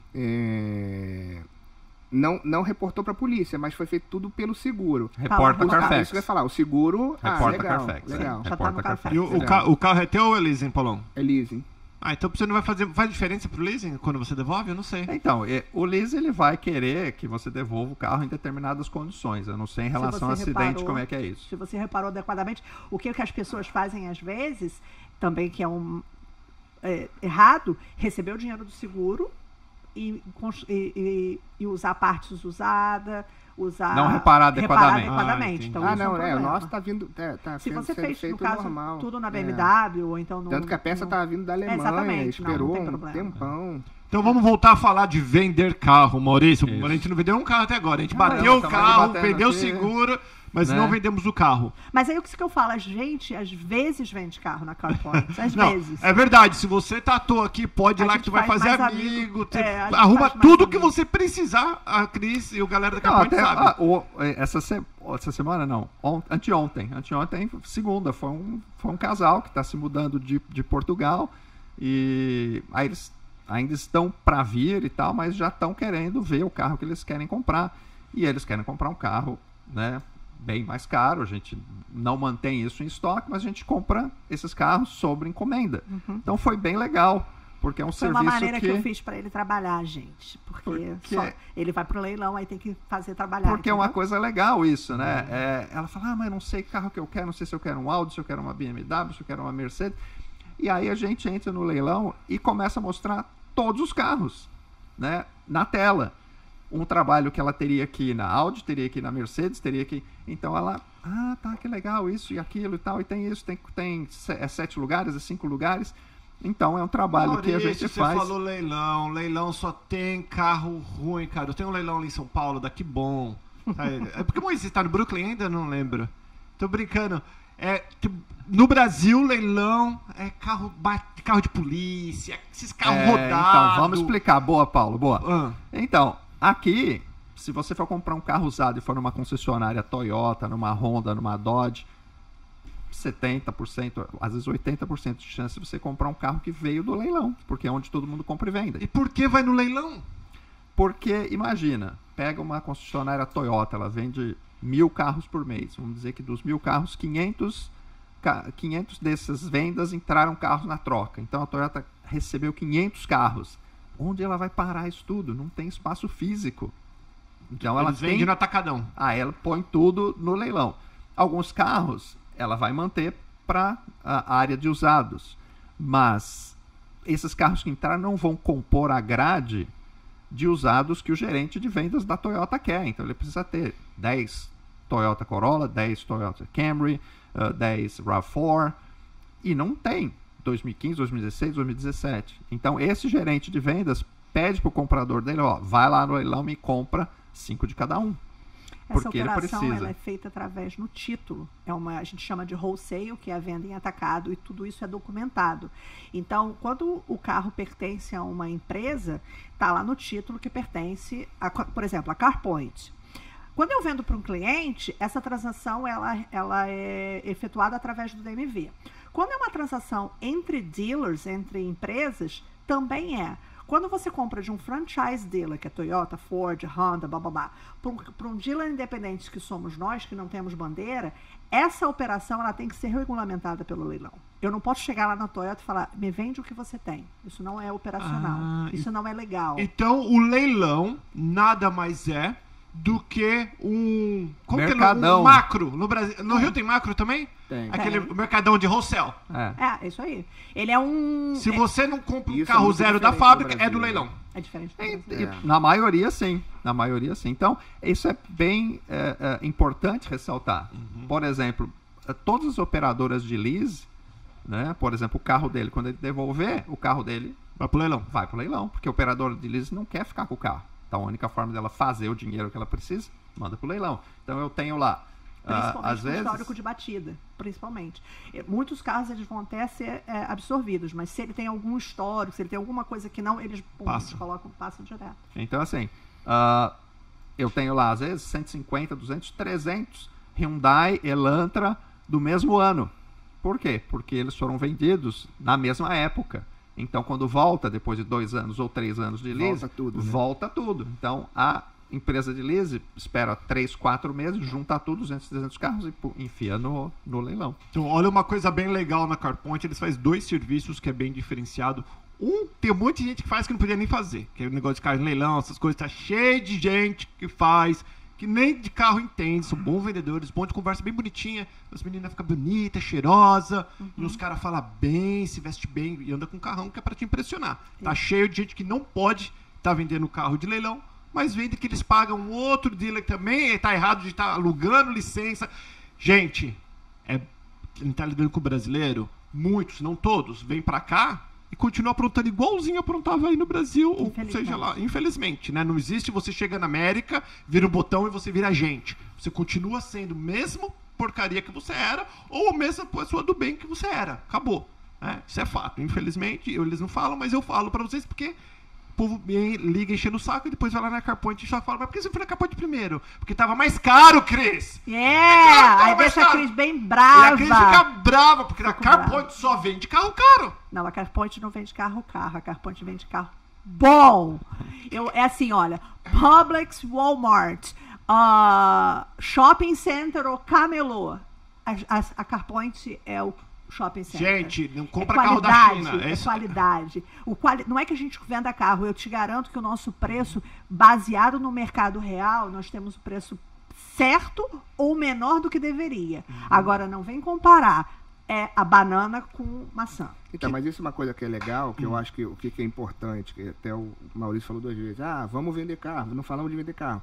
Não reportou pra polícia, mas foi feito tudo pelo seguro. reporta Tá, Carfax. Isso que eu ia falar, o seguro... Reporta legal, Carfax. legal. Já tá Reporta no Carfax. E o carro é teu ou é leasing, Paulão? É leasing. Ah, então você não faz diferença pro leasing quando você devolve? Eu não sei. Então, o lease ele vai querer que você devolva o carro em determinadas condições. Eu não sei em relação ao você acidente reparou- como é que é isso. Se você reparou adequadamente, o que as pessoas fazem às vezes, também que é errado, receber o dinheiro do seguro e usar partes usadas, Não reparar adequadamente. Ah, então, Ah, isso é um não, o problema. nosso tá vindo... Se você sendo fez, no feito caso, normal. tudo na É. BMW, ou então... Tanto que a peça tava vindo da Alemanha, exatamente, não esperou tem um problema. tempão. Então vamos voltar a falar de vender carro, Maurício. Isso. A gente não vendeu um carro até agora. A gente Não, bateu o estamos carro, batendo vendeu o aqui, seguro, mas né? não vendemos o carro. Mas aí o que eu falo, a gente às vezes vende carro na Carpoint, às Não, vezes. é verdade. Se você tatuou aqui, pode ir A lá gente que tu vai faz fazer mais amigo. amigo. A gente Arruma faz mais tudo que amigo. você precisar. A Cris e o galera da Não, Carpoint até, sabe. essa semana não, anteontem, segunda, foi um casal que está se mudando de Portugal e aí eles ainda estão para vir e tal, mas já estão querendo ver o carro que eles querem comprar e eles querem comprar um carro, né, bem mais caro. A gente não mantém isso em estoque, mas a gente compra esses carros sobre encomenda. Então foi bem legal. Porque é um Foi serviço uma maneira que eu fiz para ele trabalhar, gente. Porque Porque- ele vai pro leilão, aí tem que fazer trabalhar. Porque é uma entendeu? coisa legal isso, né? Ela fala, mas eu não sei que carro que eu quero, não sei se eu quero um Audi, se eu quero uma BMW, se eu quero uma Mercedes. E aí a gente entra no leilão e começa a mostrar todos os carros, né? Na tela. Um trabalho que ela teria aqui na Audi, teria aqui na Mercedes, teria aqui... Então ela Ah, tá, que legal, isso e aquilo e tal, e tem isso, tem 7 lugares, 5 lugares. Então é um trabalho que a gente faz. Você falou leilão só tem carro ruim, cara. Eu tenho um leilão ali em São Paulo, daqui bom. É porque Moisés tá no Brooklyn ainda? Não lembro. Tô brincando. No Brasil, leilão é carro de polícia, esses carros rodados. Então, vamos explicar. Boa, Paulo, boa. Então, aqui, se você for comprar um carro usado e for numa concessionária Toyota, numa Honda, numa Dodge, 70%, às vezes 80% de chance de você comprar um carro que veio do leilão, porque é onde todo mundo compra e vende. E por que vai no leilão? Porque, imagina, pega uma concessionária Toyota, ela vende 1.000 carros por mês. Vamos dizer que dos 1.000 carros, 500 dessas vendas entraram carros na troca. Então a Toyota recebeu 500 carros. Onde ela vai parar isso tudo? Não tem espaço físico. Então ela vende no atacadão. Ela põe tudo no leilão. Alguns carros ela vai manter para a área de usados. Mas esses carros que entraram não vão compor a grade de usados que o gerente de vendas da Toyota quer. Então ele precisa ter 10 Toyota Corolla, 10 Toyota Camry, 10 RAV4, e não tem 2015, 2016, 2017. Então esse gerente de vendas pede para o comprador dele, vai lá no leilão e compra 5 de cada um. Essa porque operação ele precisa. Ela é feita através no título. A gente chama de wholesale, que é a venda em atacado, e tudo isso é documentado. Então, quando o carro pertence a uma empresa, está lá no título que pertence, por exemplo, a CarPoint. Quando eu vendo para um cliente, essa transação ela é efetuada através do DMV. Quando é uma transação entre dealers, entre empresas, também é. Quando você compra de um franchise dealer, que é Toyota, Ford, Honda, para um dealer independente que somos nós, que não temos bandeira, essa operação ela tem que ser regulamentada pelo leilão. Eu não posso chegar lá na Toyota e falar, me vende o que você tem. Isso não é operacional. Isso não é legal. Então, o leilão nada mais é do que um... Mercadão. Um macro. No Brasil, no Rio tem macro também? Tem. Aquele mercadão de wholesale. É isso aí. Ele é um... Se você não compra um Isso carro é muito zero da diferente fábrica, do Brasil, é do né? leilão. É diferente do Brasil. Na maioria, sim. Na maioria, sim. Então, isso é bem importante ressaltar. Por exemplo, todas as operadoras de lease, né? Por exemplo, o carro dele, quando ele devolver, o carro dele Vai pro leilão. vai pro leilão, porque a operadora de lease não quer ficar com o carro. Então, a única forma dela fazer o dinheiro que ela precisa, manda pro leilão. Então, eu tenho lá, Principalmente às no vezes... histórico de batida, principalmente. Muitos carros eles vão até ser absorvidos, mas se ele tem algum histórico, se ele tem alguma coisa que não, eles passam direto. Então, assim, eu tenho lá, às vezes, 150, 200, 300 Hyundai Elantra do mesmo ano. Por quê? Porque eles foram vendidos na mesma época. Então, quando volta, depois de 2 anos ou 3 anos de lease, Volta tudo, né? volta tudo. Então, a empresa de lease espera 3, 4 meses, junta tudo, 200, 300 carros e enfia no leilão. Então, olha uma coisa bem legal na CarPoint, eles fazem 2 serviços que é bem diferenciado. Tem um monte de gente que faz que não podia nem fazer, que é o negócio de carro em leilão, essas coisas, tá cheio de gente que faz, que nem de carro entende, são bons vendedores, bom de conversa bem bonitinha, as meninas ficam bonitas, cheirosa, e os caras falam bem, se veste bem e anda com um carrão que é pra te impressionar. Tá cheio de gente que não pode tá vendendo carro de leilão, mas vende que eles pagam outro dealer também, tá errado de estar alugando licença. Gente, quem tá lidando com o brasileiro, muitos, não todos, vem pra cá e continua aprontando igualzinho aprontava aí no Brasil, ou seja lá, infelizmente, né? Não existe você chega na América, vira um botão e você vira agente. Você continua sendo o mesmo porcaria que você era, ou a mesma pessoa do bem que você era. Acabou. Isso é fato. Infelizmente, eles não falam, mas eu falo pra vocês porque o povo liga enchendo o saco e depois vai lá na CarPoint e só fala, mas por que você foi na CarPoint primeiro? Porque tava mais caro, Cris! Aí deixa a Cris bem brava. E a Cris fica brava, porque a CarPoint só vende carro caro. Não, a CarPoint não vende carro caro, a CarPoint vende carro bom. É assim, olha, Publix, Walmart, Shopping Center ou Camelô, a CarPoint é o shopping center. Gente, não compra carro da China. É qualidade. Não é que a gente venda carro. Eu te garanto que o nosso preço, baseado no mercado real, nós temos o preço certo ou menor do que deveria. Agora, não vem comparar a banana com maçã. Então, mas isso é uma coisa que é legal, que eu acho que o que é importante, que até o Maurício falou 2 vezes, vamos vender carro, não falamos de vender carro.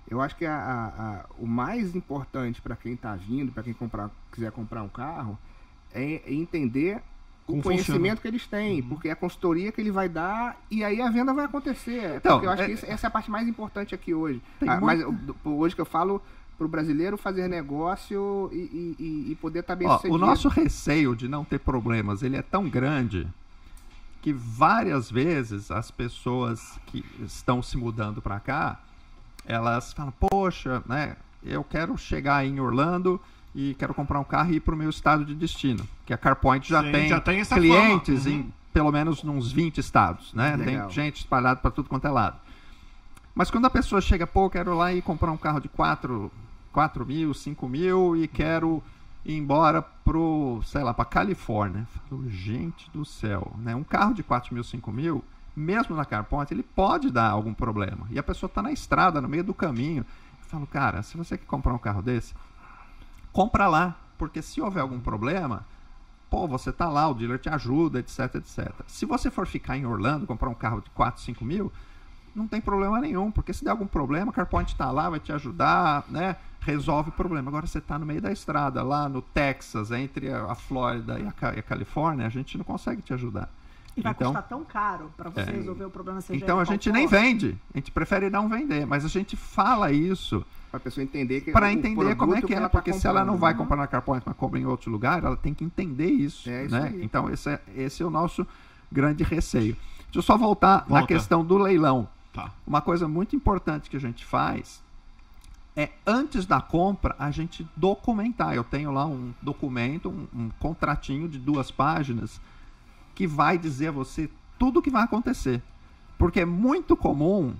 Eu acho que o mais importante para quem está vindo, para quem quiser comprar um carro, é entender o conhecimento que eles têm, porque é a consultoria que ele vai dar e aí a venda vai acontecer. Então, porque eu acho que essa é a parte mais importante aqui hoje. Mas hoje que eu falo para o brasileiro fazer negócio e poder estar bem sucedido. O nosso receio de não ter problemas, ele é tão grande que várias vezes as pessoas que estão se mudando para cá, elas falam, poxa, né, eu quero chegar em Orlando e quero comprar um carro e ir para o meu estado de destino, que a CarPoint já tem clientes em pelo menos uns 20 estados, né? Legal. Tem gente espalhada para tudo quanto é lado. Mas quando a pessoa chega, pô, quero lá e comprar um carro de 4 mil, 5 mil e quero ir embora para Califórnia. Eu falo, gente do céu, né? Um carro de 4 mil, 5 mil, mesmo na CarPoint, ele pode dar algum problema. E a pessoa está na estrada, no meio do caminho. Eu falo, cara, se você quer comprar um carro desse, compra lá, porque se houver algum problema, pô, você tá lá, o dealer te ajuda, etc, etc. Se você for ficar em Orlando, comprar um carro de 4, 5 mil, não tem problema nenhum, porque se der algum problema, a CarPoint tá lá, vai te ajudar, né? Resolve o problema. Agora você tá no meio da estrada, lá no Texas, entre a Flórida e a Califórnia, a gente não consegue te ajudar. E vai custar tão caro para você resolver o problema. Então a gente nem vende, a gente prefere não vender, mas a gente fala isso para a pessoa entender para entender como é que é, porque se ela não vai comprar na CarPoint, mas compra em outro lugar, ela tem que entender isso, né? Então esse é o nosso grande receio. Deixa eu só voltar na questão do leilão. Tá. Uma coisa muito importante que a gente faz é, antes da compra, a gente documentar. Eu tenho lá um documento, um contratinho de 2 páginas que vai dizer a você tudo o que vai acontecer. Porque é muito comum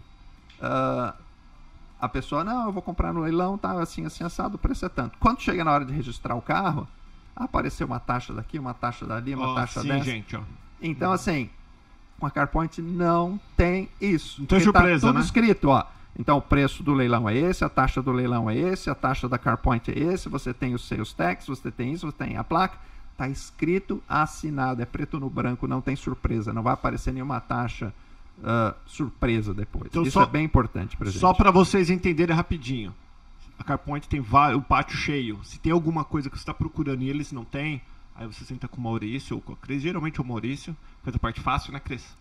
a pessoa, não, eu vou comprar no leilão, tá assim, assim, assado, o preço é tanto. Quando chega na hora de registrar o carro, apareceu uma taxa daqui, uma taxa dali, uma taxa dessa. Gente, ó. Então, assim, com a CarPoint não tem isso. Não tem surpresa, tá tudo né? escrito, ó. Então, o preço do leilão é esse, a taxa do leilão é esse, a taxa da CarPoint é esse, você tem os sales tax, você tem isso, você tem a placa. Tá escrito, assinado, é preto no branco, não tem surpresa, não vai aparecer nenhuma taxa surpresa depois. Então, isso é bem importante pra gente. Só para vocês entenderem rapidinho. A CarPoint tem o pátio cheio. Se tem alguma coisa que você está procurando e eles não têm, aí você senta com o Maurício ou com a Cris. Geralmente o Maurício faz a parte fácil, né, Cris?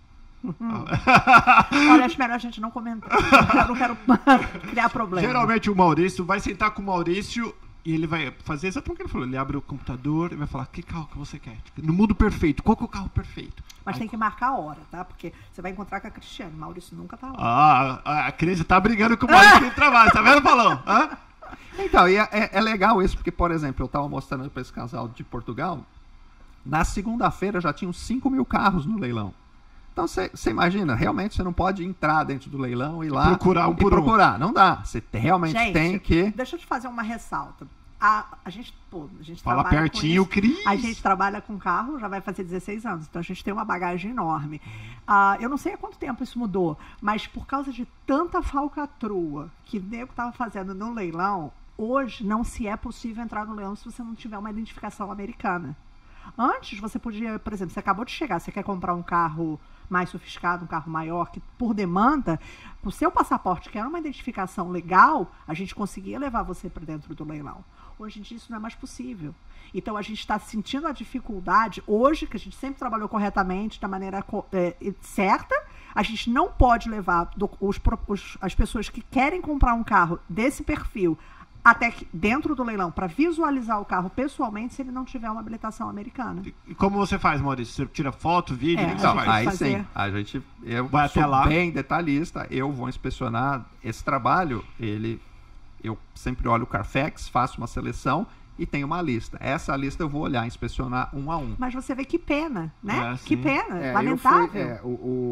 Olha, acho melhor a gente não comentar. Eu não quero criar problema. Geralmente o Maurício vai sentar com o Maurício e ele vai fazer exatamente o que ele falou. Ele abre o computador e vai falar, que carro que você quer? No mundo perfeito, qual que é o carro perfeito? Mas tem que marcar a hora, tá? Porque você vai encontrar com a Cristiane. Maurício nunca tá lá. A Cris tá brigando com o Maurício de trabalho, tá vendo, Paulão? Então, e é legal isso, porque, por exemplo, eu estava mostrando para esse casal de Portugal, na segunda-feira já tinham 5 mil carros no leilão. Então, você imagina, realmente você não pode entrar dentro do leilão e ir lá procurar procurar. Não dá. Você realmente tem que... Deixa eu te fazer uma ressalta. A gente fala trabalha pertinho, com Cris. A gente trabalha com carro, já vai fazer 16 anos, então a gente tem uma bagagem enorme. Eu não sei há quanto tempo isso mudou, mas por causa de tanta falcatrua que o nego estava fazendo no leilão, hoje não se é possível entrar no leilão se você não tiver uma identificação americana. Antes você podia, por exemplo, você acabou de chegar, você quer comprar um carro mais sofisticado, um carro maior, que por demanda, o seu passaporte, que era uma identificação legal, a gente conseguia levar você para dentro do leilão. Hoje em dia isso não é mais possível. Então a gente está sentindo a dificuldade, hoje, que a gente sempre trabalhou corretamente, da maneira certa, a gente não pode levar as pessoas que querem comprar um carro desse perfil até dentro do leilão, para visualizar o carro pessoalmente, se ele não tiver uma habilitação americana. E como você faz, Maurício? Você tira foto, vídeo? O que você faz? Aí sim, eu vai sou até lá. Bem detalhista, eu vou inspecionar esse trabalho, eu sempre olho o Carfax, faço uma seleção e tenho uma lista. Essa lista eu vou olhar, inspecionar um a um. Mas você vê que pena, né? Sim. Que pena, lamentável.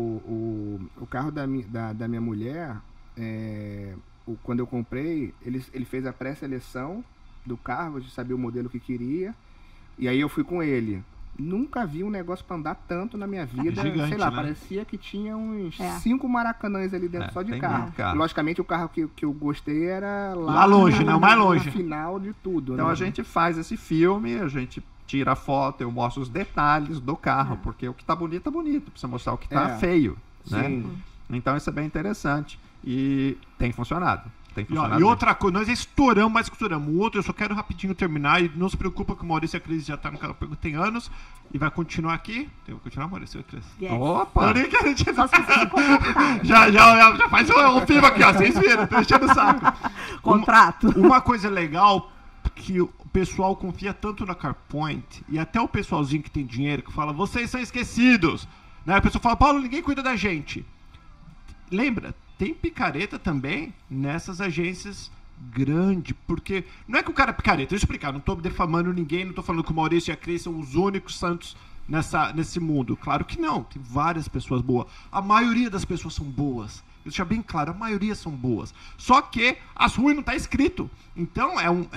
O carro da minha mulher... Quando eu comprei, ele fez a pré-seleção do carro, a gente sabia o modelo que queria, e aí eu fui com ele. Nunca vi um negócio pra andar tanto na minha vida. Gigante, sei lá, né? Parecia que tinha uns 5 Maracanãs ali dentro só de carro. Logicamente, o carro que eu gostei era lá longe, né? O mais longe. No final de tudo. Então né? a gente faz esse filme, a gente tira a foto, eu mostro os detalhes do carro, porque o que tá bonito, precisa mostrar o que tá feio, né? Sim. Então isso é bem interessante. E tem funcionado. tem E, funcionado ó, e bem. outra coisa, nós estouramos, mas estouramos. O outro, eu só quero rapidinho terminar. E não se preocupa que o Maurício e a Cris já tá no canal Pergunta tem anos. E vai continuar aqui. Eu vou continuar, Maurício e a Cris. Yes. Opa! Eu nem quero te Só se você contratar. já faz o filme aqui, ó. Vocês viram, tô enchendo o saco. Contrato. Uma coisa legal que o pessoal confia tanto na CarPoint, e até o pessoalzinho que tem dinheiro, que fala, vocês são esquecidos. Né? A pessoa fala, Paulo, ninguém cuida da gente. Lembra, tem picareta também nessas agências grandes, porque não é que o cara é picareta, deixa eu explicar, não tô defamando ninguém, não tô falando que o Maurício e a Cris são os únicos santos nesse mundo. Claro que não, tem várias pessoas boas. A maioria das pessoas são boas. Eu deixar bem claro, a maioria são boas. Só que as ruins não tá escrito. Então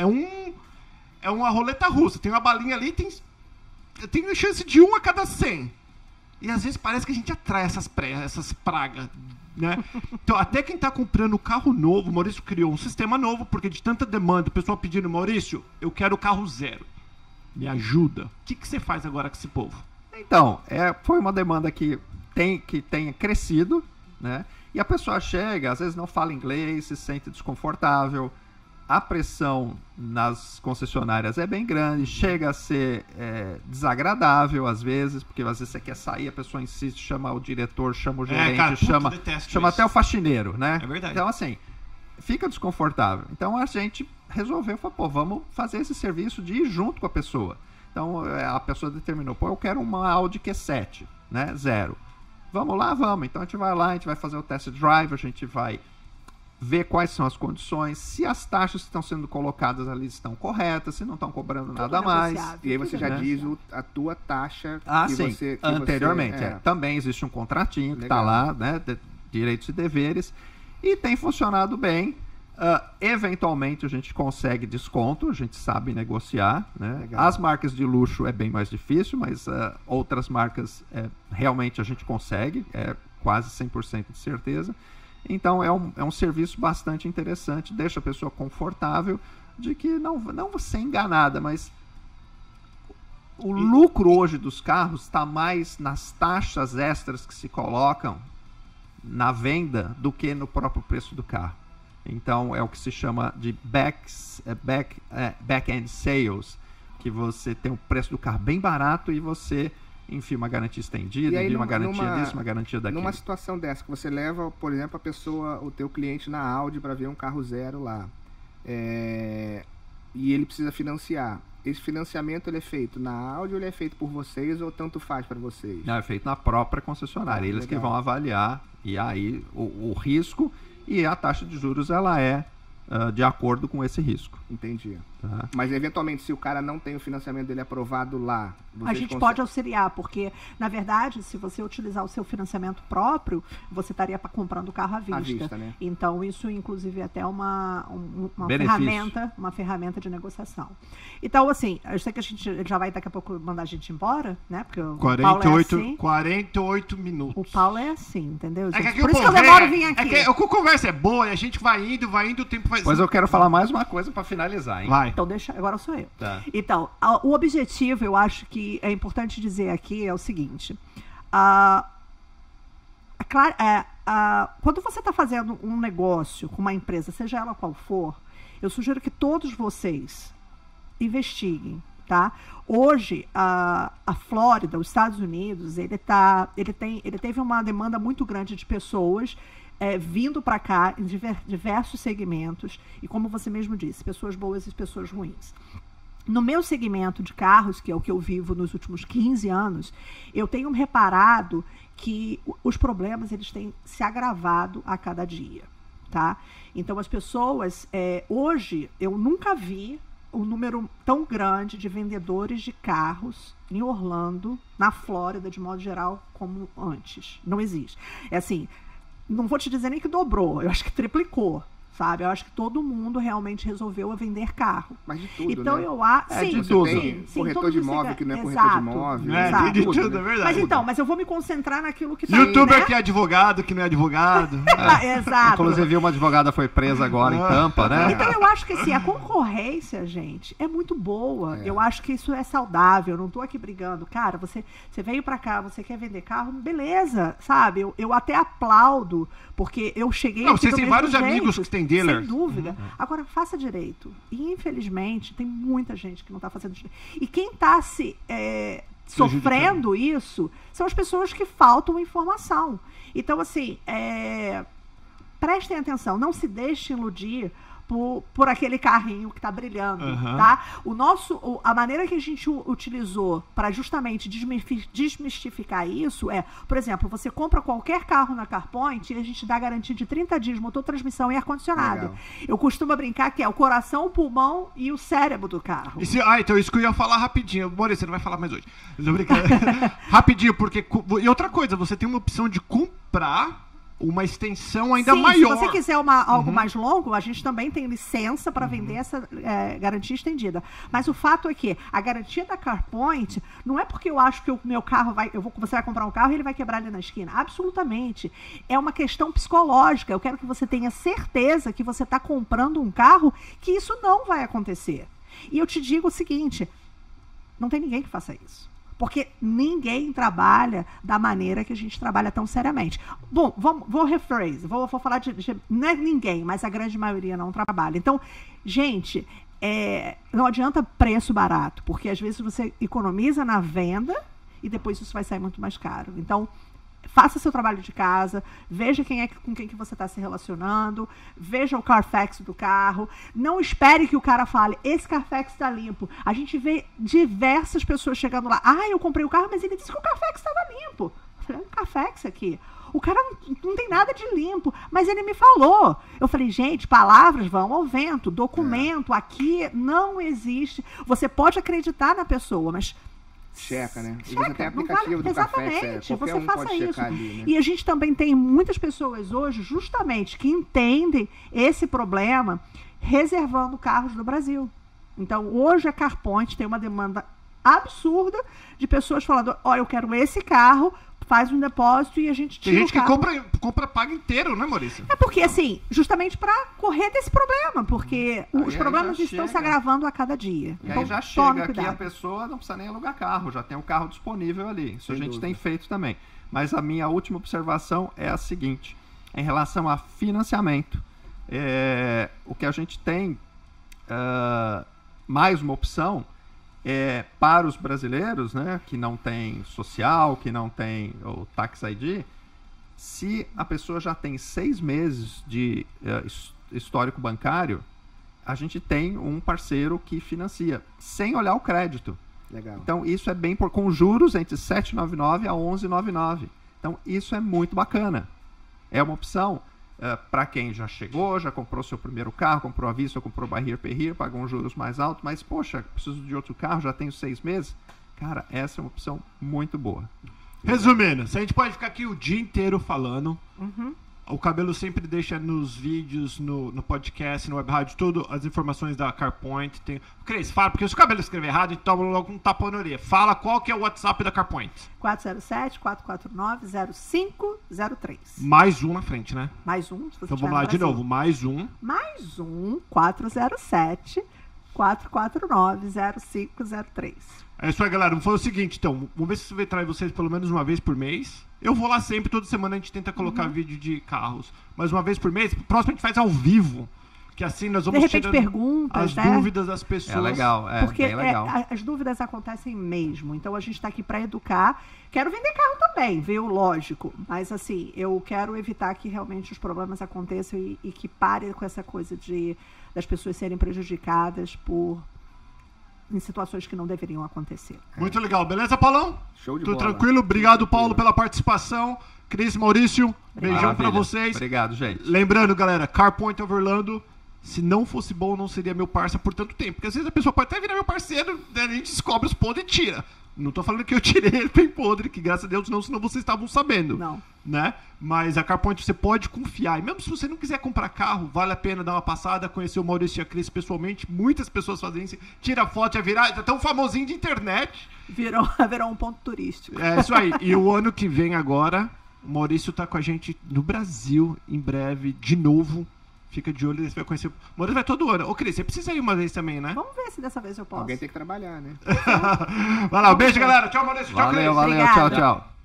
é uma roleta russa. Tem uma balinha ali, tem chance de 1 a cada 100. E às vezes parece que a gente atrai essas pragas, né? Então, até quem tá comprando carro novo, o Maurício criou um sistema novo, porque de tanta demanda, o pessoal pedindo, Maurício, eu quero carro zero. Me ajuda. O que você faz agora com esse povo? Então, foi uma demanda que tem crescido, né? E a pessoa chega, às vezes não fala inglês, se sente desconfortável. A pressão nas concessionárias é bem grande, chega a ser desagradável às vezes, porque às vezes você quer sair, a pessoa insiste, chama o diretor, chama o gerente, cara, chama detesto até isso. o faxineiro, né? É verdade. Então, assim, fica desconfortável. Então, a gente resolveu, falou, pô, vamos fazer esse serviço de ir junto com a pessoa. Então, a pessoa determinou, pô, eu quero uma Audi Q7, né? 0. Vamos lá, vamos. Então, a gente vai lá, a gente vai fazer o test drive, a gente vai ver quais são as condições, se as taxas que estão sendo colocadas ali estão corretas, se não estão cobrando nada mais. E aí você já né? diz a tua taxa que sim, você... Que anteriormente. você, Também existe um contratinho que Legal. está lá, né? Direitos e deveres. E tem funcionado bem. Eventualmente a gente consegue desconto, a gente sabe negociar, né? Legal. As marcas de luxo é bem mais difícil, mas outras marcas realmente a gente consegue, quase 100% de certeza. Então é um serviço bastante interessante, deixa a pessoa confortável de que não vai ser enganada, mas o lucro hoje dos carros está mais nas taxas extras que se colocam na venda do que no próprio preço do carro. Então é o que se chama de back-end sales, que você tem o preço do carro bem barato e você enfia uma garantia estendida, E aí, enfia uma garantia disso, uma garantia daquilo. Numa situação dessa, que você leva, por exemplo, o teu cliente na Audi para ver um carro zero lá, e ele precisa financiar. Esse financiamento ele é feito na Audi ou ele é feito por vocês ou tanto faz para vocês? Não, é feito na própria concessionária. Eles que vão avaliar e aí o risco, e a taxa de juros ela é de acordo com esse risco. Entendi. Tá? Mas eventualmente, se o cara não tem o financiamento dele aprovado lá, A gente pode auxiliar, porque, na verdade, se você utilizar o seu financiamento próprio, você estaria comprando o carro à vista. né? Então, isso, inclusive, é até uma ferramenta de negociação. Então, assim, eu sei que a gente já vai daqui a pouco mandar a gente embora, né? Porque o Paulo é assim. 48 minutos. O Paulo é assim, entendeu? É que aqui Por o isso que eu povo demoro vir aqui. É que a conversa é boa e a gente vai indo, o tempo vai... Pois eu quero falar mais uma coisa para finalizar, hein? Vai. Então, agora sou eu. Tá. Então, o objetivo, eu acho que é importante dizer aqui, é o seguinte. Quando você está fazendo um negócio com uma empresa, seja ela qual for, eu sugiro que todos vocês investiguem, tá? Hoje, a Flórida, os Estados Unidos, ele teve uma demanda muito grande de pessoas vindo para cá em diversos segmentos, e como você mesmo disse, pessoas boas e pessoas ruins. No meu segmento de carros, que é o que eu vivo nos últimos 15 anos, eu tenho reparado que os problemas eles têm se agravado a cada dia, tá? Então, as pessoas... hoje, eu nunca vi um número tão grande de vendedores de carros em Orlando, na Flórida, de modo geral, como antes. Não existe. É assim... Não vou te dizer nem que dobrou, eu acho que triplicou, sabe? Eu acho que todo mundo realmente resolveu vender carro. Mas de tudo, então, né? eu acho... de tudo. Tem corretor de imóvel que não é corretor de imóvel. De tudo, é verdade. Mas eu vou me concentrar naquilo que tá YouTuber aí, né? que é advogado, que não é advogado. Exato. Inclusive, uma advogada foi presa agora em Tampa, né? Então, eu acho que assim, a concorrência, gente, é muito boa. Eu acho que isso é saudável. Eu não tô aqui brigando. Cara, você veio pra cá, você quer vender carro, beleza, sabe? Eu até aplaudo, porque eu cheguei Não, aqui vocês do têm mesmo vários jeito. amigos que tem dealer. Sem dúvida. Agora, faça direito. E, infelizmente, tem muita gente que não está fazendo direito. E quem está sofrendo isso são as pessoas que faltam informação. Então, assim, prestem atenção. Não se deixem iludir por aquele carrinho que está brilhando, tá? A maneira que a gente utilizou para justamente desmistificar isso por exemplo, você compra qualquer carro na CarPoint e a gente dá garantia de 30 dias, motor, transmissão e ar-condicionado. Legal. Eu costumo brincar que é o coração, o pulmão e o cérebro do carro. Então isso que eu ia falar rapidinho. Maurício, você não vai falar mais hoje. Rapidinho, porque... E outra coisa, você tem uma opção de comprar uma extensão ainda maior. Se você quiser algo mais longo, a gente também tem licença para vender essa garantia estendida. Mas o fato é que a garantia da CarPoint não é porque eu acho que o meu carro você vai comprar um carro e ele vai quebrar ali na esquina. Absolutamente. É uma questão psicológica. Eu quero que você tenha certeza que você está comprando um carro que isso não vai acontecer. E eu te digo o seguinte, não tem ninguém que faça isso. Porque ninguém trabalha da maneira que a gente trabalha tão seriamente. Bom, vou rephrase, vou falar não é ninguém, mas a grande maioria não trabalha. Então, gente, não adianta preço barato, porque às vezes você economiza na venda e depois isso vai sair muito mais caro. Então, faça seu trabalho de casa, veja com quem que você está se relacionando, veja o Carfax do carro, não espere que o cara fale, esse Carfax está limpo. A gente vê diversas pessoas chegando lá, eu comprei o carro, mas ele disse que o Carfax estava limpo. Eu falei, um Carfax aqui. O cara não tem nada de limpo, mas ele me falou. Eu falei, gente, palavras vão ao vento, documento aqui não existe. Você pode acreditar na pessoa, mas... Checa, né? E você tem aplicativo do Carfax, qualquer um pode checar ali, né? E a gente também tem muitas pessoas hoje, justamente, que entendem esse problema, reservando carros no Brasil. Então, hoje a CarPoint tem uma demanda absurda de pessoas falando, eu quero esse carro, faz um depósito e a gente tira Tem gente o carro. que compra paga inteiro, né, Maurício? É porque, assim, justamente para correr desse problema, porque os problemas estão se agravando a cada dia. E então, aí já chega aqui, a pessoa não precisa nem alugar carro, já tem o carro disponível ali. Isso a gente tem feito também. Mas a minha última observação é a seguinte, em relação a financiamento. O que a gente tem, mais uma opção, para os brasileiros, né, que não tem social, que não tem o Tax ID, se a pessoa já tem 6 meses de histórico bancário, a gente tem um parceiro que financia, sem olhar o crédito. Legal. Então, isso é bem com juros entre 7,99 a 11,99. Então, isso é muito bacana. É uma opção para quem já chegou, já comprou seu primeiro carro, comprou a Vista, comprou o Bahia Perrier, pagou uns juros mais altos, mas, poxa, preciso de outro carro, já tenho 6 meses. Cara, essa é uma opção muito boa. Resumindo, se a gente pode ficar aqui o dia inteiro falando, o Cabelo sempre deixa nos vídeos, no podcast, no web rádio, tudo, as informações da CarPoint. Cris, fala, porque se o Cabelo escrever errado, a gente toma logo um tapa na orelha. Fala qual que é o WhatsApp da CarPoint. 407-449-0503. Mais um na frente, né? Mais um. Então vamos lá de novo, mais um. Mais um, 407-449-0503. É isso aí, galera. Vamos fazer o seguinte, então. Vamos ver se vai trazer vocês pelo menos uma vez por mês. Eu vou lá sempre, toda semana a gente tenta colocar vídeo de carros. Mas uma vez por mês, próximo a gente faz ao vivo. Que assim nós vamos de repente perguntas, as dúvidas das pessoas. É legal, porque bem legal. As dúvidas acontecem mesmo. Então a gente está aqui para educar. Quero vender carro também, viu? Lógico. Mas assim, eu quero evitar que realmente os problemas aconteçam e que pare com essa coisa das pessoas serem prejudicadas em situações que não deveriam acontecer. Muito legal. Beleza, Paulão? Show de Tudo bola. tranquilo? Obrigado, Paulo, pela participação. Cris, Maurício, beijão pra Maravilha. vocês. Obrigado, gente. Lembrando, galera, CarPoint of Orlando, se não fosse bom, não seria meu parça por tanto tempo. Porque às vezes a pessoa pode até virar meu parceiro, né, a gente descobre os podres e tira. Não tô falando que eu tirei ele bem podre, que graças a Deus não, senão vocês estavam sabendo. Não. Né? Mas a CarPoint você pode confiar. E mesmo se você não quiser comprar carro, vale a pena dar uma passada, conhecer o Maurício e a Cris pessoalmente. Muitas pessoas fazem isso. Tira foto, já virar. Tá tão famosinho de internet. Virou um ponto turístico. É isso aí. E o ano que vem agora, o Maurício tá com a gente no Brasil, em breve, de novo. Fica de olho, você vai conhecer. O Maurício vai todo ano. Ô, Cris, você precisa ir uma vez também, né? Vamos ver se dessa vez eu posso. Alguém tem que trabalhar, né? Vai lá, um beijo, galera. Tchau, Maurício. Tchau, Cris. Valeu, Obrigada. tchau.